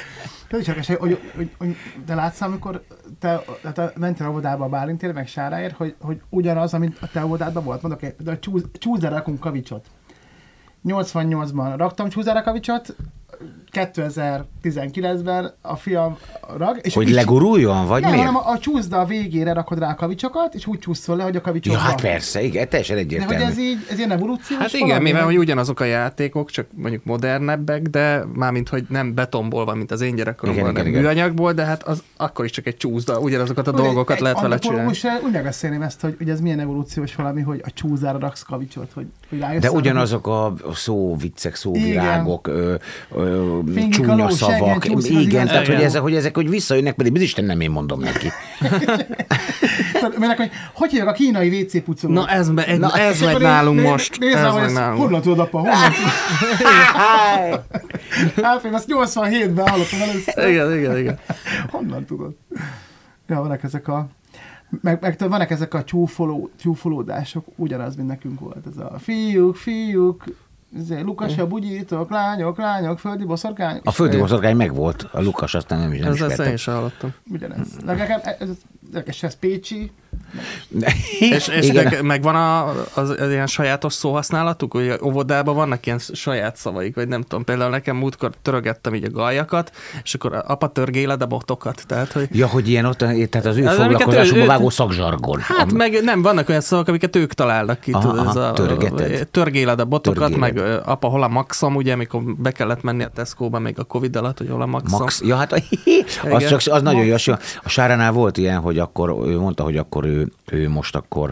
De látsz, amikor te mentél óvodába a Bálintért, meg Sáráért, hogy ugyanaz, amit a te óvodádban volt. Mondok, de csúszára rakunk kavicsot. 88-ban raktam csúszára kavicsot, 2019-ben a fiam rag. És hogy leguruljon, vagy nem, miért? hanem a csúszda végére rakod rá a kavicsokat, és úgy csúszol le, hogy a kavicsok Ja, hát van. persze, igen, teljesen De egyértelmű. hogy ez ilyen evolúciós Hát igen, valami, mivel vagy? hogy ugyanazok a játékok, csak mondjuk modernebbek, de mármint, hogy nem betonból van, mint az én gyerekkoromban, Igen, hanem igen. műanyagból, de hát az akkor is csak egy csúszda, ugyanazokat a Ugye, dolgokat egy lehet vele csinálni. antropológus úgy megbeszélném ezt, hogy ez milyen evolúciós valami, hogy a csúzára raksz kavicsot, hogy rájössz. De arra, ugyanazok a szóviccek, szóvirágok, Fingik csúnya alól, szavak. seggen csúszik az Igen, igaz. tehát Igen. hogy ezek hogy visszajönnek, pedig bizisten nem én mondom neki. Mert hogy hívják a kínai WC pucoló? Na ez megy akkor nálunk most. Nézd Ez már, hogy megy ezt nálunk. honnan tudod, apa, honnan tudod? Hát én azt 87-ben hallottam először. Igen. Honnan tudod? Ja, vannak ezek a... Meg vannak ezek a csúfolódások, ugyanaz, mint nekünk volt. Ez a fiúk, Lukas a bugyítok, lányok, földi boszorkány. A földi boszorkány megvolt, a Lukas aztán nem Ez azt én ismertem. is hallottam. Ugyanez. Nekem ez pécsi. És Igen. megvan az ilyen sajátos szóhasználatuk, hogy óvodában vannak ilyen saját szavaik, vagy nem tudom, például nekem múltkor törögettem így a galjakat, és akkor apa törgéled a botokat, tehát hogy... Ja, hogy ilyen ott, tehát az ő Az, foglalkozásukba amiket vágó szakzsargon. Hát meg nem, vannak olyan szavak, amiket ők találnak ki. Aha, Tudod, ez a, törgeted. törgéled a botokat, Törgéled. meg apa, hol a maxom, ugye, amikor be kellett menni a Tesco-ba még a Covid alatt, hogy hol a maxom. Max, ja, hát az Igen. nagyon jó. A Sáránál volt ilyen, hogy akkor ő mondta, hogy akkor ő most akkor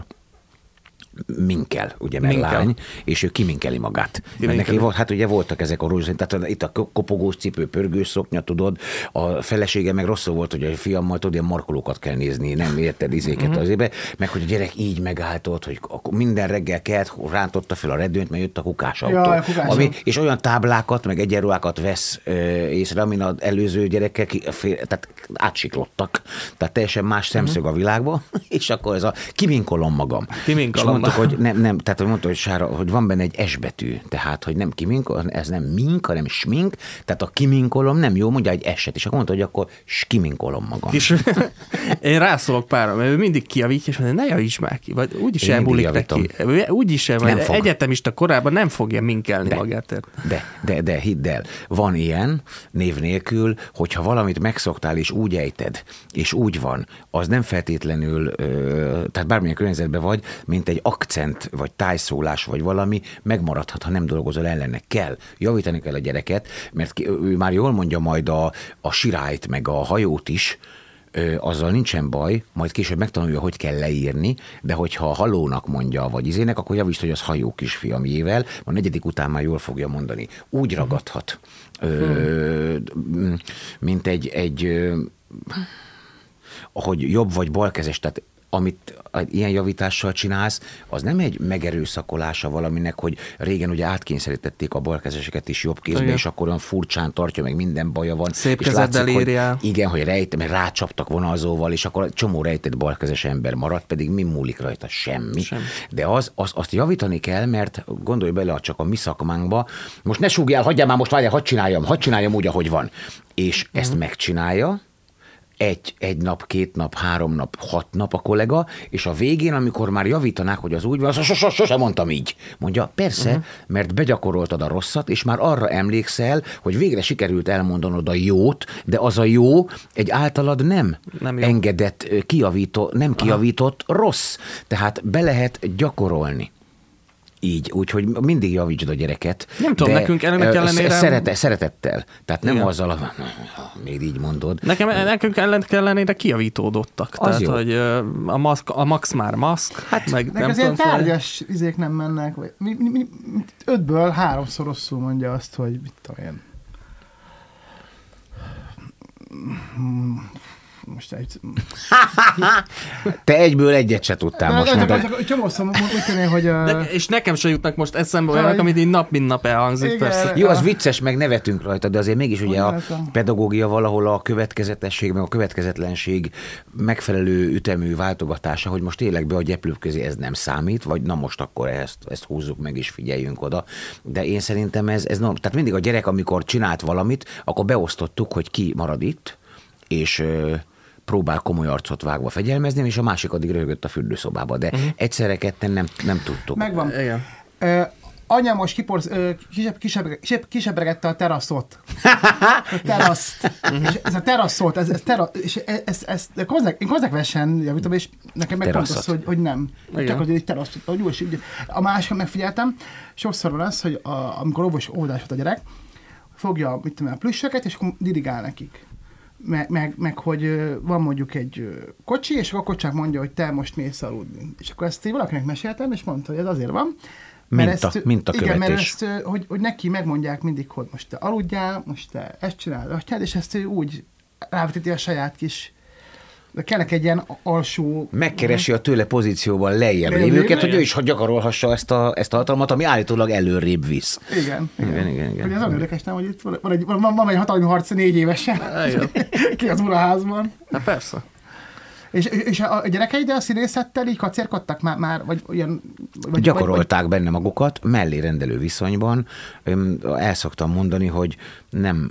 minkel, ugye, mert Minkel. lány, és ő kiminkeli magát. Mert neki volt, hát ugye voltak ezek a rózsaszín, tehát itt a kopogós cipő, pörgős szoknya, tudod, a felesége meg rosszul volt, hogy a fiammal tudod, ilyen markolókat kell nézni, nem érted izéket az ébe, meg hogy a gyerek így megállt, hogy minden reggel kelt, rántotta fel a redőnyt, mert jött a kukásautó. Ja, a kukásautó. És olyan táblákat, meg egyenruhákat vesz észre, amin az előző gyerekek tehát átsiklottak. Tehát teljesen más szemszög a világban, és akkor ez a kiminkolom magam. Kiminkolom És mondtuk, hogy nem, tehát hogy mondta, hogy Sára, hogy van benne egy S betű, tehát, hogy nem kiminkol, ez nem mink, hanem smink, tehát a kiminkolom nem jó, mondja egy S-et, és akkor mondta, hogy akkor kiminkolom magam. Én rászólok párra, mert ő mindig kiavítja, és mondja, ne javíts már ki, vagy úgyis Én mindig elbulik neki. Úgyis Nem fog. egyetemista korában nem fogja minkelni magát. De hidd el, van ilyen név nélkül, hogyha valamit megszoktál, és úgy ejted, és úgy van, az nem feltétlenül, tehát bármilyen környezetben vagy, mint egy akcent, vagy tájszólás, vagy valami, megmaradhat, ha nem dolgozol ellene. Kell. Javítani kell a gyereket, mert ő már jól mondja majd a sirályt, meg a hajót is, azzal nincsen baj, majd később megtanulja, hogy kell leírni, de hogyha halónak mondja, vagy izének, akkor javítsd, hogy az hajó kisfiamjével, a negyedik után már jól fogja mondani. Úgy ragadhat, mint hogy jobb vagy balkezes, tehát amit ilyen javítással csinálsz, az nem egy megerőszakolása valaminek, hogy régen ugye átkényszerítették a balkezeseket is jobb kézbe, és akkor olyan furcsán tartja, meg minden baja van. Szép és kezeddel látszik, írjál. igen, hogy mert rácsaptak vonalzóval, és akkor csomó rejtett balkezes ember maradt, pedig mi múlik rajta? Semmi. De azt javítani kell, mert gondolj bele csak a mi szakmánkba, most ne súgjál, hagyjál már, most várjál, hadd csináljam úgy, ahogy van. És ezt megcsinálja, egy nap, 2 nap, 3 nap, 6 nap a kollega, és a végén, amikor már javítanák, hogy az úgy van, sosem mondtam így. Mondja, persze, mert begyakoroltad a rosszat, és már arra emlékszel, hogy végre sikerült elmondanod a jót, de az a jó egy általad nem jó. engedett, kijavított rossz. Tehát be lehet gyakorolni. Így, úgyhogy mindig javítsd a gyereket. Nem tudom, nekünk ennek ellenére... Szeretettel. Tehát nem Igen. azzal, még így mondod. Nekünk ellenére kijavítódottak. Az Tehát, jó. hogy a max már maszk, hát meg Meg nem az ilyen tudom, tárgyas izék nem mennek. Vagy, 5-ből 3-szor rosszul mondja azt, hogy mit tudom én. Most egy... Te egyből egyet se tudtál most mondani. Csomószor úgy tenni, hogy... és nekem se jutnak most eszembe olyanok, amit így nap mint nap elhangzik. Igen. Persze. Jó, az vicces, meg nevetünk rajta, de azért mégis ugye a Mondjátok. pedagógia valahol a következetesség, meg a következetlenség megfelelő ütemű váltogatása, hogy most tényleg be a gyeplők közé ez nem számít, vagy na most akkor ezt húzzuk meg és figyeljünk oda. De én szerintem ez norm. Tehát mindig a gyerek, amikor csinált valamit, akkor beosztottuk, hogy ki marad itt, és próbál komoly arcot vágva fegyelmezni, és a másik addig röhögött a fürdőszobába. De egyszerre ketten nem tudtuk. Megvan. Igen. anya most kisebregette a teraszot. A teraszt. És ez a terasz volt, és ezt konzekvensen javítom, és nekem meg pont az, hogy nem. Igen. Csak hogy terasz, hogy jó, és így. A másik megfigyeltem, sokszor van az, hogy amikor óvodás volt a gyerek, fogja, mit tudom, a plüssöket, és akkor dirigál nekik. Meg hogy van mondjuk egy kocsi, és akkor a kocsák mondja, hogy te most mész aludni. És akkor ezt én valakinek meséltem, és mondta, hogy ez azért van, Mintakövetés. Igen, mert ezt, hogy neki megmondják mindig, hogy most te aludjál, most te ezt csinálod, és ezt ő úgy rávetíti a saját kis... De kellene egy ilyen alsó... Megkeresi a tőle pozícióban lejjebb lévőket, hogy ő is gyakorolhassa ezt a hatalmat, ami állítólag előrébb visz. Igen. Igen. Hogy ez olyan érdekes, nem, hogy itt van egy hatalmi harc 4 évesen. Ki az uraházban. Na persze. És a gyerekeid a színészettel így kacérkodtak már, vagy olyan... Gyakorolták benne magukat, mellé rendelő viszonyban. El szoktam mondani, hogy nem...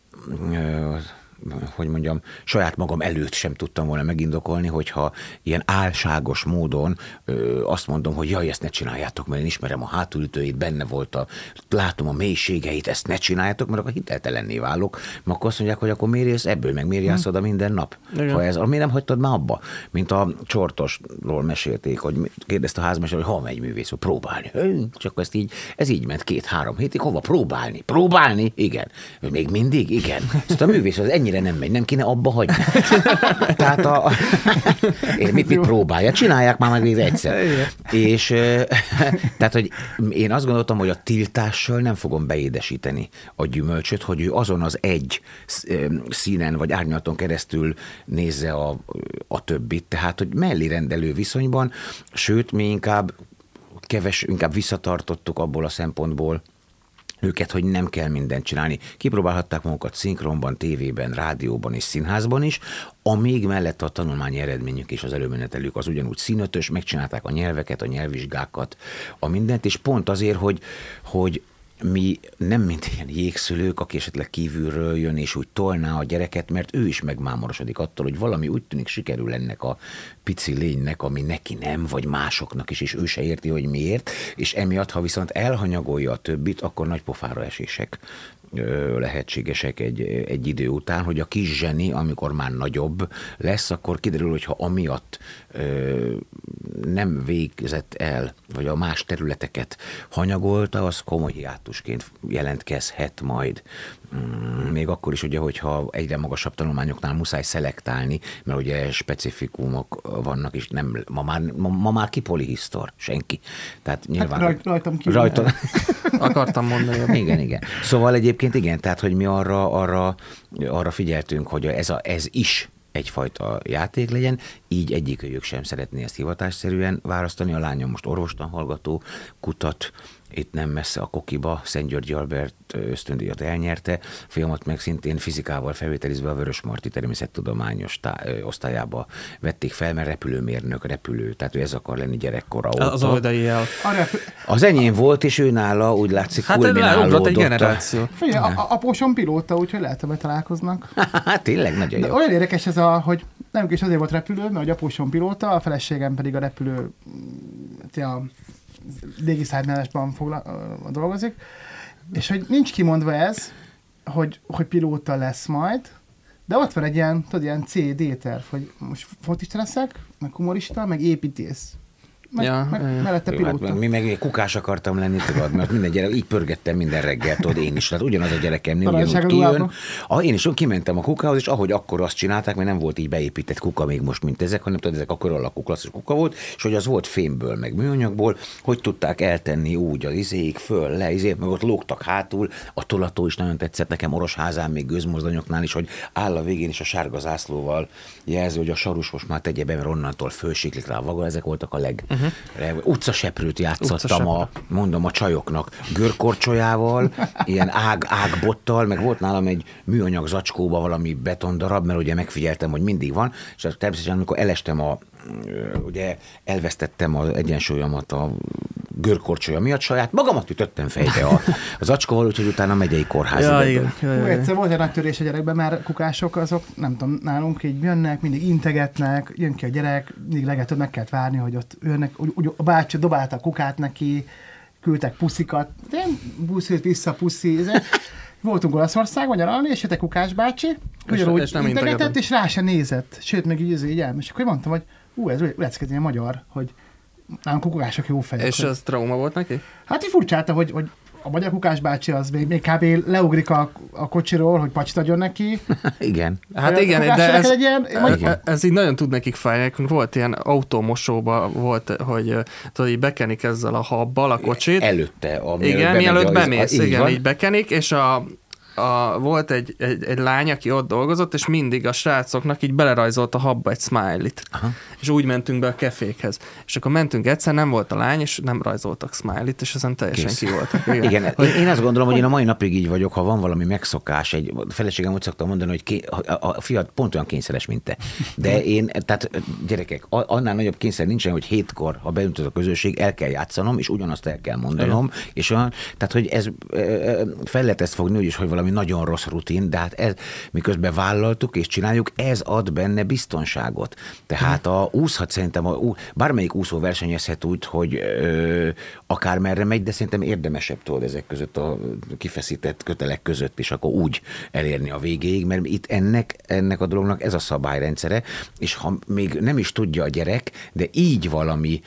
hogy mondjam, saját magam előtt sem tudtam volna megindokolni, hogyha ilyen álságos módon azt mondom, hogy jaj, ezt ne csináljátok, mert én ismerem a hátulütőit, benne volt látom a mélységeit, ezt ne csináljátok, mert akkor hiteltelenné válok, mert akkor azt mondják, hogy akkor miért élsz ebből, meg miért játszod a minden nap. Ha ez, miért nem hagytad már abba? Mint a Csortosról mesélték, hogy kérdezte a házmester, hogy hol megy művész, hogy próbálni. Csak ez így ment 2-3 hétig, hova próbálni? Próbálni? Igen. Még mindig? Igen. Ezt a művész az ennyire nem megy, nem kéne abba hagyni. Tehát mit próbálja? Csinálják már meg végre egyszer. És tehát, hogy én azt gondoltam, hogy a tiltással nem fogom beédesíteni a gyümölcsöt, hogy ő azon az egy színen vagy árnyalaton keresztül nézze a többit. Tehát, hogy mellé rendelő viszonyban, sőt, mi inkább visszatartottuk abból a szempontból őket, hogy nem kell mindent csinálni. Kipróbálhatták magukat szinkronban, tévében, rádióban és színházban is, amíg mellett a tanulmányi eredményük és az előmenetelük az ugyanúgy színötös, megcsinálták a nyelveket, a nyelvvizsgákat, a mindent, és pont azért, hogy mi nem mint ilyen jégszülők, aki esetleg kívülről jön, és úgy tolná a gyereket, mert ő is megmámorosodik attól, hogy valami úgy tűnik sikerül ennek a pici lénynek, ami neki nem, vagy másoknak is, és ő se érti, hogy miért, és emiatt, ha viszont elhanyagolja a többit, akkor nagy pofára esések lehetségesek egy idő után, hogy a kis zseni, amikor már nagyobb lesz, akkor kiderül, hogy ha amiatt nem végzett el, vagy a más területeket hanyagolta, az komoly hiátusként jelentkezhet majd. Még akkor is, ugye, hogyha egyre magasabb tanulmányoknál muszáj szelektálni, mert ugye specifikumok vannak, és nem, ma már ki polihisztor? Senki. Tehát nyilván... Hát rajtam ki. Akartam mondani. Igen. Szóval egyébként igen, tehát, hogy mi arra figyeltünk, hogy ez is egyfajta játék legyen, így egyikőjük sem szeretné ezt hivatásszerűen választani. A lányom most orvostan hallgató, kutat, itt nem messze a Kokiba, Szent György Albert ösztöndíjat elnyerte, fiamat meg szintén fizikával felvételizve a Vörösmarty természettudományos osztályába vették fel, mert repülőmérnök, tehát ő ez akar lenni gyerekkora óta. Az oldai el. Az enyém volt, és ő nála úgy látszik kulminálódott egy generáció. Figyelj, apósom pilóta, úgyhogy lehet, hogy találkoznak. Hát tényleg nagyon jó. De olyan érdekes ez hogy nem is azért volt repülő, mert a apósom pilóta, a feleségem pedig a repülő légiszállítmányosban dolgozik, és hogy nincs kimondva ez, hogy pilóta lesz majd, de ott van egy ilyen C-D terv, hogy most fotista leszek, meg humorista, meg építész. Mellette pilóta. Hát, mi meg kukás akartam lenni, tudod, mert minden gyerek, így pörgettem minden reggel, tudod, én is. Tehát ugyanaz a gyerekem ugyanúgy kijön. Én is kimentem a kukához, és ahogy akkor azt csinálták, mert nem volt így beépített kuka még most, mint ezek, hanem tudod, ezek akkor alakú klasszikus kuka volt, és hogy az volt fémből, meg műanyagból, hogy tudták eltenni úgy az izéig föl, le, meg ott lógtak hátul, a tolató is nagyon tetszett nekem, Orosházán, még gőzmozdonyoknál is, hogy áll a végén is a sárga zászlóval jelző, hogy a sarus most már tegye be, mert onnantól fölsiklik rá a vaga, ezek voltak a utcaseprőt játszottam a csajoknak görkorcsolyával, ilyen ágbottal, meg volt nálam egy műanyag zacskóba valami betondarab, mert ugye megfigyeltem, hogy mindig van, és természetesen amikor elestem ugye elvesztettem az egyensúlyomat a görkorcsolya miatt, saját magamat ütöttem fejbe az zacskóval, úgyhogy utána megyei kórházba. Egyszer volt egy nagy törés a gyerekben, már kukások azok, nem tudom, nálunk így jönnek, mindig integetnek, jön ki a gyerek, mindig legalább meg kellett várni, hogy ott jönnek, a bácsi dobálta a kukát neki, küldtek puszikat, buszít vissza, puszi, voltunk Olaszországban nyaralni, és jött egy Kukás bácsi, ugyanúgy integetett, és rá se nézett, sőt, meg így elme. És akkor mondtam, hogy ez leckezni ilyen magyar, hogy nálunk kukások jó fejek. És ez trauma volt neki? Hát így furcsálta, hogy a magyar Kukás bácsi az még kb. Leugrik a kocsiról, hogy pacsit adjon neki. Igen. Hát igen, de ez így nagyon tud nekik fájni. Nekünk volt ilyen autómosóban volt, hogy tudod, így bekenik ezzel a habbal a kocsit. Előtte. Igen, mielőtt bemész, igen, így bekenik, és volt egy lány, aki ott dolgozott, és mindig a srácoknak így belerajzolt a habba egy smiley-t. Aha. És úgy mentünk be a kefékhez. És akkor mentünk egyszer, nem volt a lány, és nem rajzoltak smiley-t, és ezen teljesen ki voltak. Igen, én azt gondolom, hogy én a mai napig így vagyok, ha van valami megszokás, egy feleségem úgy szoktam mondani, hogy a fiat pont olyan kényszeres, mint te. De én, tehát gyerekek, annál nagyobb kényszer nincsen, hogy 7-kor, ha beüntött a közösség, el kell játszanom, és ugyanazt el kell mondanom, és tehát, hogy ez fel lehet ezt fogni, úgyis, hogy valami nagyon rossz rutin, de hát ez, miközben vállaltuk és csináljuk, ez ad benne biztonságot. Tehát úszhat szerintem, bármelyik úszó versenyezhet úgy, hogy akármerre megy, de szerintem érdemesebb tudod ezek között a kifeszített kötelek között is akkor úgy elérni a végéig, mert itt ennek a dolognak ez a szabályrendszere, és ha még nem is tudja a gyerek, de így valami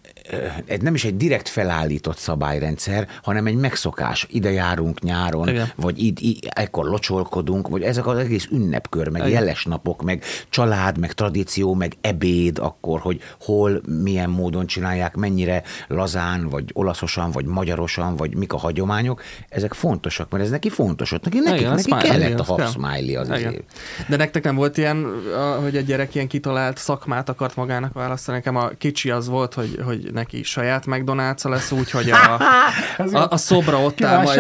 nem is egy direkt felállított szabályrendszer, hanem egy megszokás. Ide járunk nyáron, igen. Vagy ekkor locsolkodunk, vagy ezek az egész ünnepkör, meg igen. Jeles napok, meg család, meg tradíció, meg ebéd akkor, hogy hol, milyen módon csinálják, mennyire lazán, vagy olaszosan, vagy magyarosan, vagy mik a hagyományok. Ezek fontosak, mert ez neki fontos. Neki kellett a half smiley az azért. De nektek nem volt ilyen, hogy a gyerek ilyen kitalált szakmát akart magának választani? Nekem a kicsi az volt, hogy neki saját McDonald's lesz úgy, hogy a szobra ott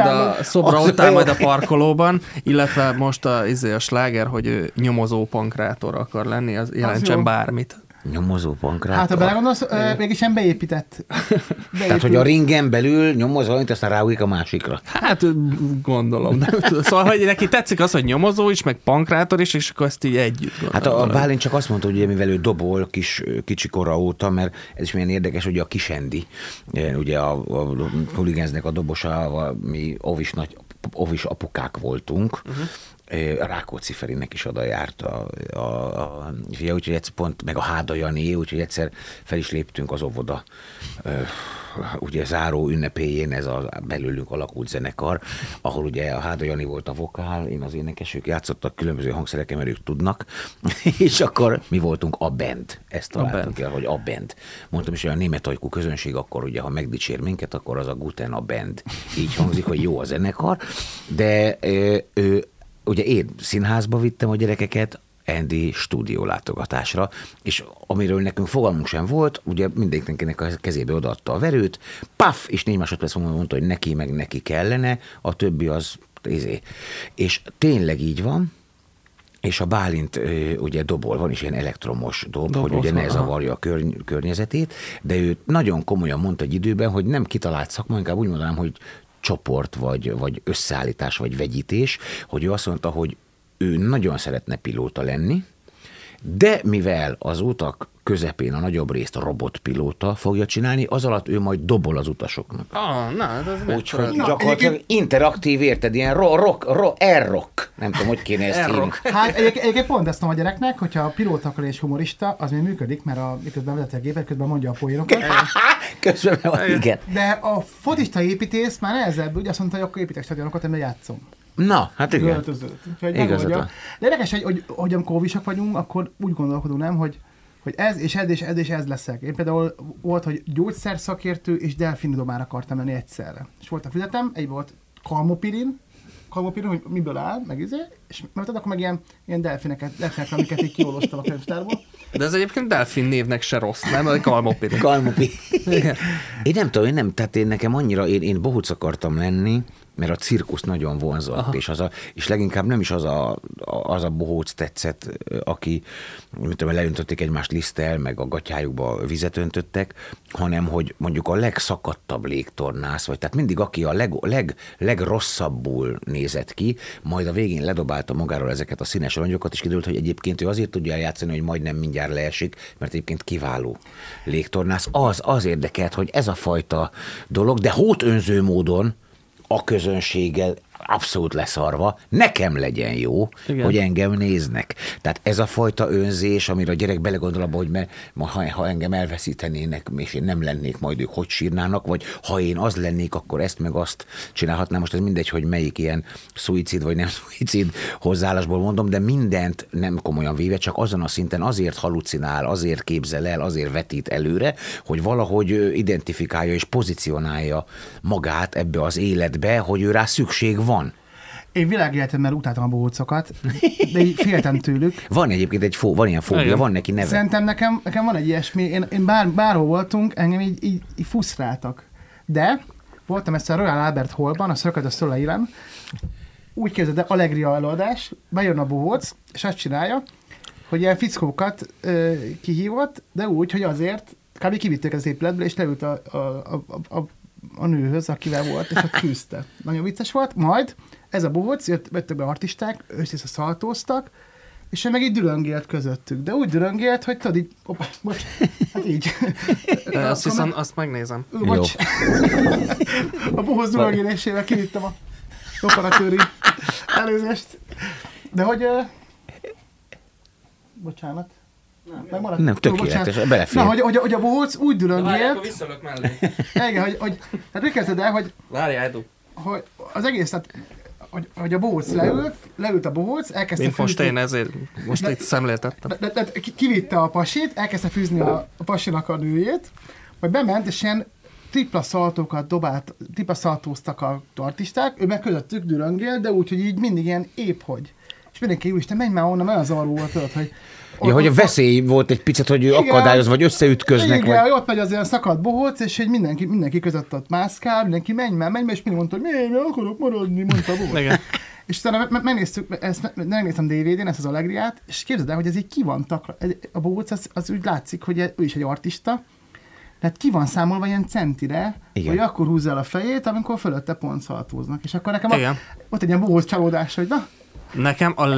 áll majd a parkolóban, illetve most a sláger, hogy ő nyomozó pankrátor akar lenni, az jelentsen bármit. Nyomozó pankrátor. Hát ha belegondolsz, mégis sem beépített. Tehát, hogy a ringen belül nyomoz valamit, aztán ráugrik a másikra. Hát gondolom. Szóval, hogy neki tetszik az, hogy nyomozó is, meg pankrátor is, és akkor ezt így együtt gondolom. Hát a Bálint csak azt mondta, hogy mivel ő dobol kicsi kora óta, mert ez is milyen érdekes, hogy a Kisendi, ugye a Huligánznek a dobosa, mi ovis apukák voltunk, Rákóczi Ferinek is oda járt a fia, úgyhogy egyszer pont, meg a Háda Jani, úgyhogy egyszer fel is léptünk az óvoda ugye záró ünnepéjén, ez a belőlünk alakult zenekar, ahol ugye a Háda Jani volt a vokál, én az énekesük játszottak különböző hangszereken, mert ők tudnak, és akkor mi voltunk a band. Ezt találtunk el, hogy a band. Mondtam is, hogy a német ajkú közönség akkor ugye, ha megdicsér minket, akkor az a Guten a band. Így hangzik, hogy jó a zenekar, de ugye én színházba vittem a gyerekeket, Andy stúdió látogatásra, és amiről nekünk fogalmunk sem volt, ugye mindenkinek a kezébe odaadta a verőt, paf, és 4 másodperc mondta, hogy neki kellene, a többi az És tényleg így van, és a Bálint ugye dobol, van is ilyen elektromos dob, hogy ugye ne zavarja a környezetét, de ő nagyon komolyan mondta egy időben, hogy nem kitalált szakma, inkább úgy mondanám, hogy csoport, vagy összeállítás, vagy vegyítés, hogy ő azt mondta, hogy ő nagyon szeretne pilóta lenni, de mivel az utak közepén a nagyobb részt a robotpilóta fogja csinálni, az alatt ő majd dobol az utasoknak. Úgyhogy gyakorlatilag interaktív, érted, ilyen rock, nem tudom, hogy kéne ezt hívni. Hát egyébként pont ezt a gyereknek, hogyha a pilóta akar és humorista, az még működik, mert miközben vezeti a gépet, közben mondja a poénokat. Közben igen. De a fotista építész már nehezebb, ugye azt mondta, hogy akkor építek stadionokat, amiben játszom. Na, hát igen. De érdekes, hogy amikor óvisak vagyunk, akkor úgy gondolkodunk, nem, hogy ez leszek. Én például volt, hogy gyógyszerszakértő és delfindomár akartam menni egyszerre. És volt a füzetem, egy volt kalmopirin, hogy miből áll, és mert akkor meg ilyen delfineket, amiket így kiolvastam a könyvtárból. De ez egyébként delfin névnek se rossz, nem? A kalmopirin. Én nem tudom, tehát nekem annyira, én bohóc akartam lenni, mert a cirkusz nagyon vonzott, és leginkább nem is az a bohóc tetszett, aki, mint tudom, leöntötték egymást liszttel, meg a gatyájukba vizet öntöttek, hanem hogy mondjuk a legszakadtabb légtornász, vagy tehát mindig aki a legrosszabbul nézett ki, majd a végén ledobálta magáról ezeket a színes rongyokat, és kiderült, hogy egyébként ő azért tudja eljátszani, hogy majdnem mindjárt leesik, mert egyébként kiváló légtornász. Az érdekelt, hogy ez a fajta dolog, de hótönző módon a közönséggel abszolút leszarva, nekem legyen jó, igen, hogy engem néznek. Tehát ez a fajta önzés, amire a gyerek belegondol abba, hogy ha engem elveszítenének, és én nem lennék, majd ők hogy sírnának, vagy ha én az lennék, akkor ezt meg azt csinálhatnám. Most ez mindegy, hogy melyik ilyen szuicid vagy nem szuicid hozzáállásból mondom, de mindent nem komolyan véve, csak azon a szinten azért halucinál, azért képzel el, azért vetít előre, hogy valahogy identifikálja és pozícionálja magát ebbe az életbe, hogy ő rá szükség van. Én világéletemben utáltam a bohócokat, de így féltem tőlük. Van egyébként van ilyen fóbia, van neki neve. Szerintem nekem van egy ilyesmi, én bárhol voltunk, engem így fusztráltak. De voltam ezt a Royal Albert Hallban, a Cirque du Soleil-en, úgy képzeld, Allegria előadás, bejön a bohóc, és azt csinálja, hogy ilyen fickókat kihívott, de úgy, hogy azért kb. Kivitték az épületből, és leült a nőhöz, akivel volt, és ott küzdte. Nagyon vicces volt. Majd ez a bohóc, jöttek be artisták, össze szaltóztak, és ő meg így düröngélt közöttük. De úgy düröngélt, hogy tudod így, hát így. Azt hiszem, azt megnézem. Jó. A bohóc düröngélésével kivittem a operatőri előzést. De hogy... Bocsánat. Nem, tökéletes, belefér. Na, hogy a bohóc úgy düröngélt... Várj, akkor visszalök mellé. Igen, hogy hát úgy kezdted el, hogy... Várjál, Edu. Hogy az egész, tehát, hogy a bohóc leült a bohóc, elkezdte mint most én ezért, most itt szemléltettem. De kivitte a pasit, elkezdte fűzni a pasinak a nőjét, majd bement, és ilyen tripla szaltóztak a artisták, ő meg közöttük düröngél, de úgy, hogy így mindig ilyen épp hogy. És mindenki, úristen, menj már onnan, olyan zavaró volt, tudod, hogy... hogy a veszély volt egy picit, hogy akadályoz, vagy összeütköznek. Igen, vagy... ott megy az ilyen szakadt bohóc, és hogy mindenki között ott mászkál, mindenki menj már, és mindig mondta, hogy miért akarok maradni, mondta a bohóc. Igen. És utána megnéztem DVD-n ezt az Allegriát, és képzeld el, hogy ez így ki van takra. A bohóc az úgy látszik, hogy ő is egy artista, tehát ki van számolva ilyen centire, igen, hogy akkor húzza el a fejét, amikor fölötte pont szaltóznak. És akkor nekem ott egy ilyen bohóc csalódás, hogy na, nekem a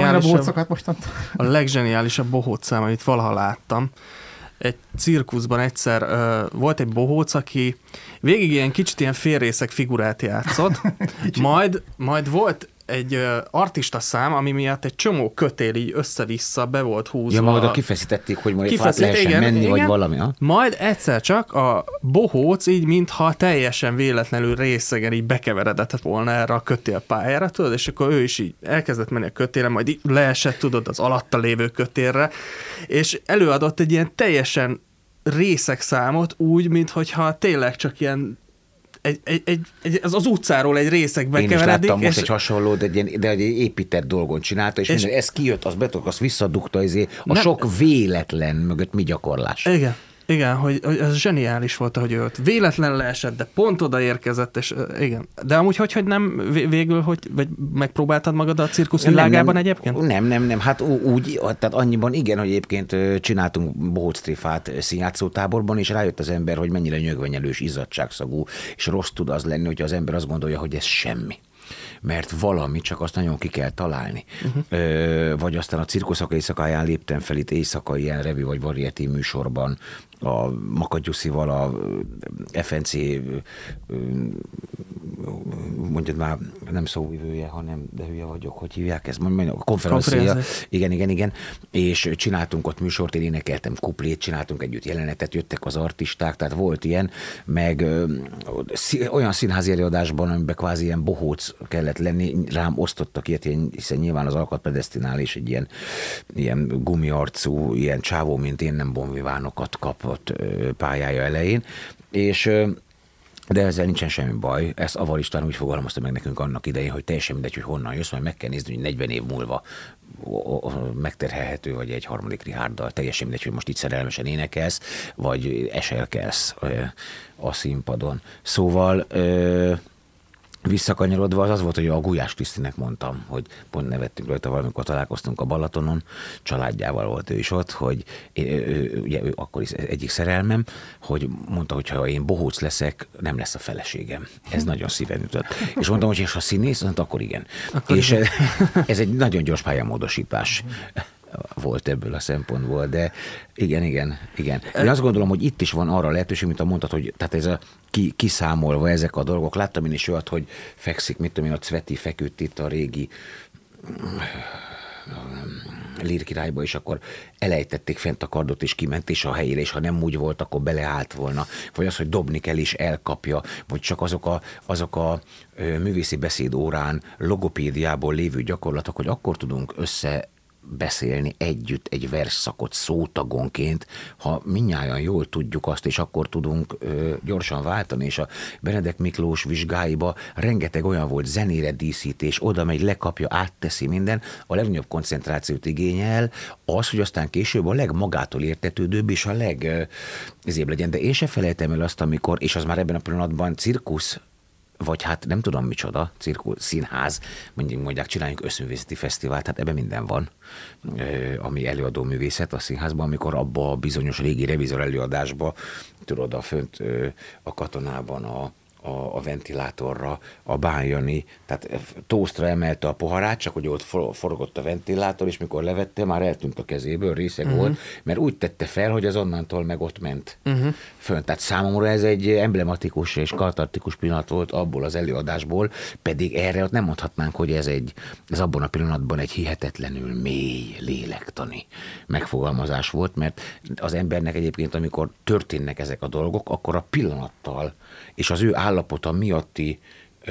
legzseniálisabb bohócszám, amit valaha láttam. Egy cirkuszban egyszer volt egy bohóc, aki végig ilyen kicsit ilyen félrészek figurát játszott, majd volt egy artista szám, ami miatt egy csomó kötél így össze-vissza be volt húzva. Ja, majd kifeszítették, hogy majd lehessen menni, igen, vagy valami. Ha? Majd egyszer csak a bohóc így, mintha teljesen véletlenül részegen így bekeveredett volna erre a kötélpályára, tudod, és akkor ő is így elkezdett menni a kötélre, majd így leesett, tudod, az alatta lévő kötélre, és előadott egy ilyen teljesen részek számot úgy, mintha tényleg csak ilyen az utcáról egy részekbe keveredik. Én is láttam most egy hasonló, de egy épített dolgon csinálta, és minden, ez kijött, azt visszadugta, sok véletlen mögött mi gyakorlás. Igen, hogy ez zseniális volt, hogy ő ott véletlen leesett, de pont odaérkezett, és igen. De amúgy hogy nem végül, vagy megpróbáltad magad a cirkusz világában egyébként? Nem, hát úgy, tehát annyiban igen, hogy egyébként csináltunk bohóctréfát színjátszótáborban, és rájött az ember, hogy mennyire nyögvenyelős, izzadságszagú, és rossz tud az lenni, hogyha az ember azt gondolja, hogy ez semmi. Mert valami, csak azt nagyon ki kell találni. Vagy aztán a cirkuszak éjszakáján léptem fel itt éjszaka ilyen revű vagy variety műsorban, a Makadjusszival, a FNC, mondjad már, nem szóvivője, hanem, de hülye vagyok, hogy hívják ezt, a konferencia. Igen, és csináltunk ott műsort, én énekeltem kuplét, csináltunk együtt jelenetet, jöttek az artisták, tehát volt ilyen, meg olyan színházi előadásban, amiben kvázi ilyen bohóc kellett lenni, rám osztottak ilyet, hiszen nyilván az alkat predesztinál, és egy ilyen gumiarcú, ilyen csávó, mint én, nem bonvivánokat kapott pályája elején, és de ezzel nincsen semmi baj. Ezt Avar István úgy fogalmazta meg nekünk annak idején, hogy teljesen mindegy, hogy honnan jössz, majd meg kell nézni, hogy 40 év múlva megterhelhető, vagy egy harmadik Richárddal, teljesen mindegy, hogy most itt szerelmesen énekelsz, vagy eselkelsz a színpadon. Szóval visszakanyarodva az volt, hogy a Gulyás Krisztinek mondtam, hogy pont nevettünk rajta valamikor találkoztunk a Balatonon, családjával volt ő is ott, hogy ugye ő akkor is egyik szerelmem, hogy mondta, hogy ha én bohóc leszek, nem lesz a feleségem. Ez nagyon szíven ütött. És mondtam, hogy és ha színész, akkor igen. És ez egy nagyon gyors pályamódosítás volt ebből a szempontból, de igen. Én azt gondolom, hogy itt is van arra lehetőség, mint mondtad, hogy tehát ez a kiszámolva ezek a dolgok. Láttam én is olyat, hogy fekszik, mit tudom én, a Cveti feküdt itt a régi Lír királyba, és akkor elejtették fent a kardot, és kiment is a helyére, és ha nem úgy volt, akkor beleállt volna. Vagy az, hogy dobni kell, és elkapja, vagy csak azok a művészi beszédórán logopédiából lévő gyakorlatok, hogy akkor tudunk beszélni együtt egy versszakot szótagonként, ha mindnyájan jól tudjuk azt, és akkor tudunk gyorsan váltani, és a Benedek Miklós vizsgáiba rengeteg olyan volt, zenére díszítés, oda megy, lekapja, átteszi minden, a legnagyobb koncentrációt igényel, az, hogy aztán később a legmagától értetődőbb, és a legezébb legyen. De én se felejtem el azt, amikor, és az már ebben a pillanatban cirkusz, vagy hát nem tudom micsoda, színház, mondják, csináljunk összművészeti fesztivált, hát ebben minden van, ami előadó művészet a színházban, amikor abba a bizonyos régi revizor előadásba, tudod, a fönt a Katonában a ventilátorra a Bánjani, tehát tósztra emelte a poharát, csak hogy ott forgott a ventilátor, és mikor levette, már eltűnt a kezéből, részeg volt, mert úgy tette fel, hogy az onnantól meg ott ment fönt. Tehát számomra ez egy emblematikus és katartikus pillanat volt abból az előadásból, pedig erre ott nem mondhatnánk, hogy ez abban a pillanatban egy hihetetlenül mély lélektani megfogalmazás volt, mert az embernek egyébként, amikor történnek ezek a dolgok, akkor a pillanattal és az ő állapota miatti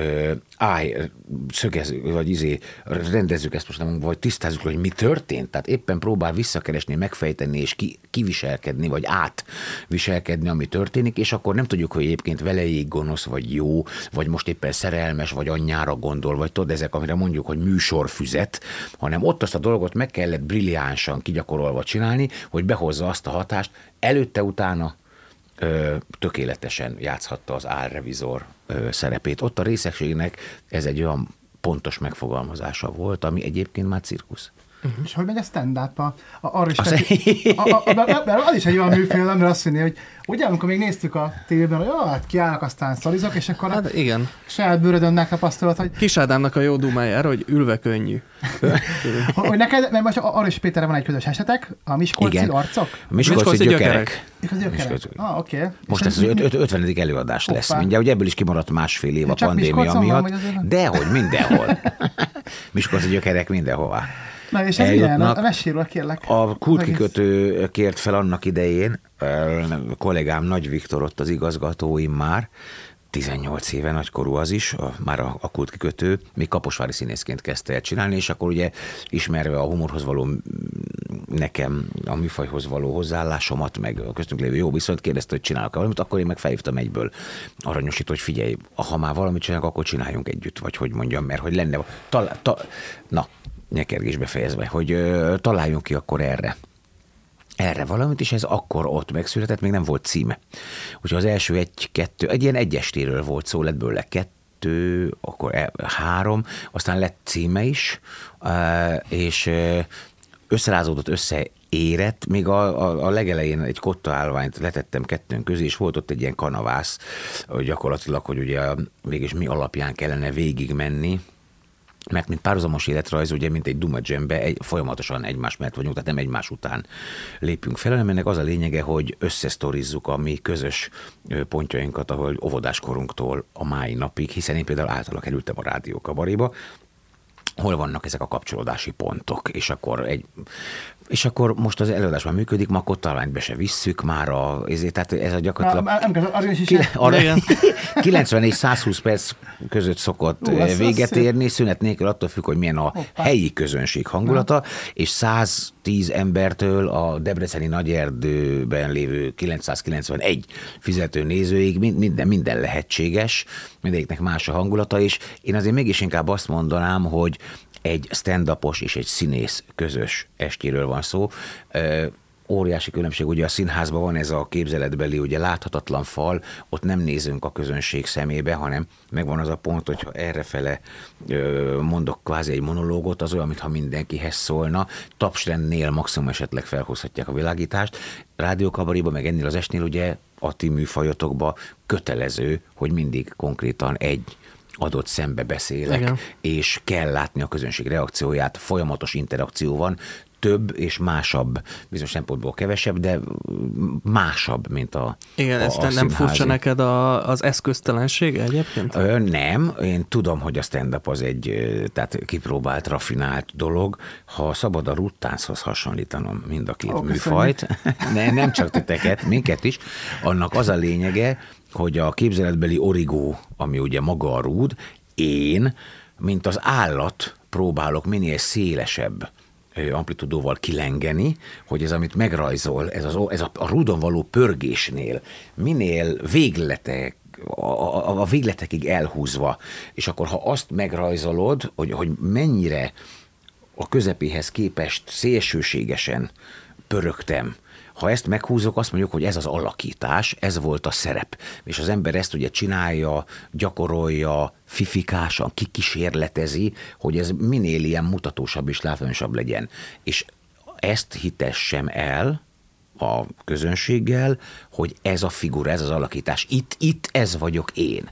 szögezzük, vagy rendezzük ezt most nem, vagy tisztázzuk, hogy mi történt, tehát éppen próbál visszakeresni, megfejteni, és kiviselkedni, vagy átviselkedni, ami történik, és akkor nem tudjuk, hogy egyébként veleig gonosz, vagy jó, vagy most éppen szerelmes, vagy anyjára gondol, vagy tudod, ezek, amire mondjuk, hogy műsorfüzet, hanem ott azt a dolgot meg kellett brilliánsan kigyakorolva csinálni, hogy behozza azt a hatást, előtte-utána tökéletesen játszhatta az álrevizor szerepét. Ott a részegségnek ez egy olyan pontos megfogalmazása volt, ami egyébként már cirkusz. És hogy megy a stand-up? Arra is az is egy olyan műfél, amire azt mondja, hogy ugye, amikor még néztük a tévében, hogy hát kiállnak, aztán szalizok, és akkor hát igen. Saját bőrödön megtapasztalat, hogy... Kis Ádámnak a jó dumájára, hogy ülve könnyű. Hogy neked, mert most arra is Péterre van egy közös esetek, a miskolci arcok? A miskolci gyökerek. Oké. Most ez az 50. előadás lesz. Mindjárt, hogy ebből is kimaradt másfél év a pandémia miatt. Dehogy, mindenhol. Miskolci gyökerek mindenhova. Na és ez milyen? A meséről kérlek. A kultkikötő kért fel annak idején, kollégám Nagy Viktor ott az igazgatóim már, 18 éve nagykorú az is, már a kultkikötő, még kaposvári színészként kezdte el csinálni, és akkor ugye ismerve a humorhoz való, nekem a műfajhoz való hozzáállásomat, meg a köztünk lévő jó viszont kérdezte, hogy csinálok valamit, akkor én meg felhívtam egyből aranyosít, hogy figyelj, ha már valamit csinálunk, akkor csináljunk együtt, vagy hogy mondjam, mert hogy lenne, nyekergésbe fejezve, hogy találjunk ki akkor erre valamit, és ez akkor ott megszületett, még nem volt címe. Úgyhogy az első egy ilyen egyestéről volt szó, lett belőle 2, akkor 3, aztán lett címe is, és összerázódott, összeérett, még a legelején egy kottaállványt letettem kettőn közé, és volt ott egy ilyen kanavász, gyakorlatilag, hogy ugye mégis mi alapján kellene végigmenni, mert mint párhuzamos életrajz, ugye, mint egy Duma Jam-be folyamatosan egymás mellett vagyunk, tehát nem egymás után lépünk fel, hanem ennek az a lényege, hogy összesztorizzuk a mi közös pontjainkat, ahol óvodáskorunktól a mai napig, hiszen én például általában kerültem a Rádió Kabaréba, hol vannak ezek a kapcsolódási pontok, és akkor most az előadás már működik, ma kottalányt be se visszük már, tehát ez a gyakorlatilag 90 és 120 perc között szokott véget érni, szünet nélkül attól függ, hogy milyen a helyi közönség hangulata, és 110 embertől a debreceni Nagyerdőben lévő 991 fizető nézőig minden lehetséges, mindegyiknek más a hangulata, és én azért mégis inkább azt mondanám, hogy egy stand-upos és egy színész közös estéről van szó. óriási különbség, ugye a színházban van ez a képzeletbeli, ugye láthatatlan fal, ott nem nézünk a közönség szemébe, hanem megvan az a pont, hogyha errefele mondok kvázi egy monológot, az olyan, mintha mindenkihez szólna, tapsrendnél maximum esetleg felhozhatják a világítást, rádiókabariban, meg ennél az esnél ugye a ti műfajotokban kötelező, hogy mindig konkrétan egy adott szembe beszélek, igen, és kell látni a közönség reakcióját, folyamatos interakció van, több és másabb, bizonyos szempontból kevesebb, de másabb, mint a igen, ez nem furcsa neked az eszköztelensége egyébként? Nem, én tudom, hogy a stand-up az egy tehát kipróbált, raffinált dolog. Ha szabad a rúdtánchoz hasonlítanom mind a két műfajt, nem csak titeket, minket is, annak az a lényege, hogy a képzeletbeli origó, ami ugye maga a rúd, én, mint az állat próbálok minél szélesebb amplitudóval kilengeni, hogy ez, amit megrajzol, ez a rúdon való pörgésnél minél a végletekig elhúzva, és akkor ha azt megrajzolod, hogy mennyire a közepéhez képest szélsőségesen pörögtem, ha ezt meghúzok, azt mondjuk, hogy ez az alakítás, ez volt a szerep. És az ember ezt ugye csinálja, gyakorolja, fifikásan, kikísérletezi, hogy ez minél ilyen mutatósabb és látványosabb legyen. És ezt hitessem el a közönséggel, hogy ez a figura, ez az alakítás. Itt ez vagyok én.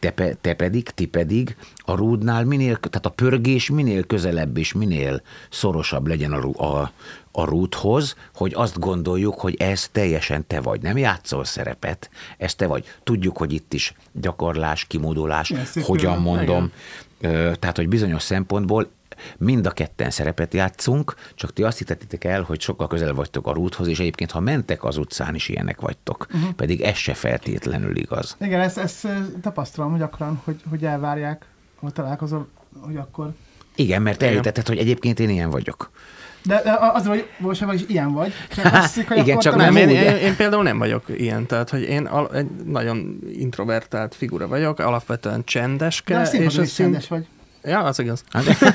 Ti pedig a rúdnál tehát a pörgés minél közelebb és minél szorosabb legyen a rúdhoz, hogy azt gondoljuk, hogy ez teljesen te vagy. Nem játszol szerepet, ez te vagy. Tudjuk, hogy itt is gyakorlás, kimódolás, hogyan mondom. Tehát, hogy bizonyos szempontból mind a ketten szerepet játszunk, csak ti azt hittetek el, hogy sokkal közel vagytok a rúdhoz, és egyébként, ha mentek az utcán is ilyenek vagytok. Pedig ez se feltétlenül igaz. Igen, ezt tapasztalom gyakran, hogy elvárják, ha találkozol, hogy akkor... Igen, mert eljutetted, hogy egyébként én ilyen vagyok. De az, hogy most is ilyen vagy. Igen, csak nem, én például nem vagyok ilyen, tehát hogy én egy nagyon introvertált figura vagyok, alapvetően csendeske. De a színpadon is csendes vagy. Ja, az igaz.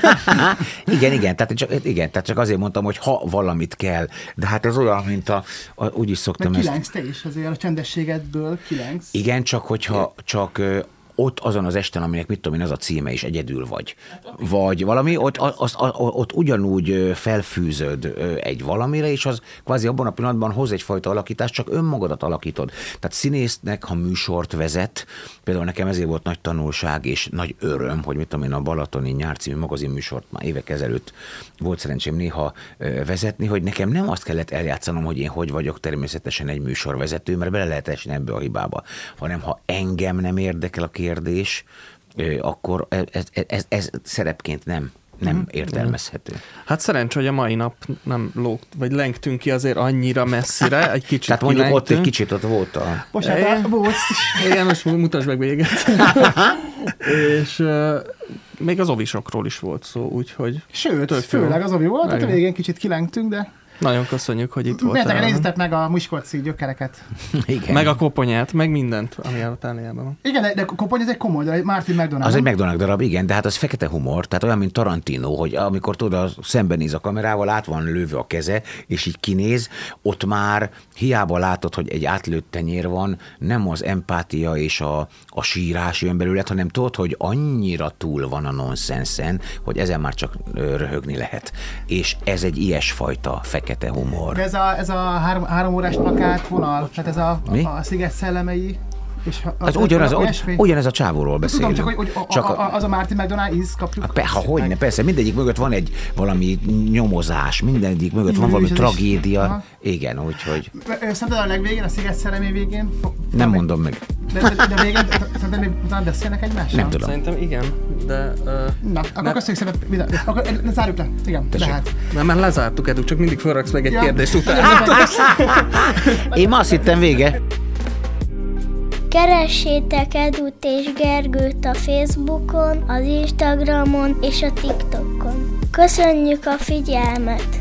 Igen, tehát csak azért mondtam, hogy ha valamit kell, de hát ez olyan, mint úgy is szoktam ezt... Kilengsz te is, azért a csendességedből kilengsz. Igen, csak hogyha ott azon az esten, aminek mit tudom én, az a címe is, egyedül vagy valami, ott ugyanúgy felfűzöd egy valamire, és az kvázi abban a pillanatban hoz egyfajta alakítást, csak önmagadat alakítod. Tehát színésznek, ha műsort vezet, például nekem ezért volt nagy tanulság és nagy öröm, hogy mit tudom én, a Balatoni Nyár című magazinműsort már évek ezelőtt volt szerencsém néha vezetni, hogy nekem nem azt kellett eljátszanom, hogy én hogy vagyok természetesen egy műsorvezető, mert bele lehet esni ebbe a hibába, hanem ha engem nem érdekel a kérdés, akkor ez szerepként nem értelmezhető. Hát szerencsé, hogy a mai nap nem lengtünk ki azért annyira messzire, egy kicsit tehát mondjuk kilengtünk. Ott egy kicsit ott volt a... Bocsánat, igen, most mutasd meg véget. És még az ovisokról is volt szó, úgyhogy... Sőt, főleg az ovi volt, tehát a végén kicsit kilengtünk, de... Nagyon köszönjük, hogy itt voltál. Miért nézzetek meg a miskolci gyökereket. Igen. Meg a koponyát, meg mindent, ami a Tániában van. Igen, de kopony ez egy komoly darab, Martin McDonagh. Az egy McDonagh darab, igen, de hát az fekete humor, tehát olyan, mint Tarantino, hogy amikor tudod, szembenéz a kamerával, át van lőve a keze, és így kinéz, ott már hiába látod, hogy egy átlőtt tenyér van, nem az empátia és a sírás jön belőle, hanem tudod, hogy annyira túl van a nonsenszen, hogy ezen már csak röhögni lehet. És ez egy ilyesfajta fekete humor. De ez a 3 órás plakát vonal, tehát ez a Sziget szellemei, és ugyanez a csávóról beszélünk. Tudom, csak az a Martin McDonagh kapjuk. Hogyne, persze, mindegyik mögött van egy valami nyomozás, mindegyik mögött van valami tragédia. Igen, úgyhogy... Szerinted a legvégén, a Sziget szellemei végén... Nem mondom meg. De végén, szerintem még utána beszélnek egymással? Nem tudom. Szerintem igen, de... Na, akkor köszönjük szépen. Akkor zárjuk le. Igen, de hát. Már lezártuk, Edu, csak mindig felraksz meg egy kérdést után. Én ma azt hittem vége. Keressétek Edut és Gergőt a Facebookon, az Instagramon és a TikTokon. Köszönjük a figyelmet!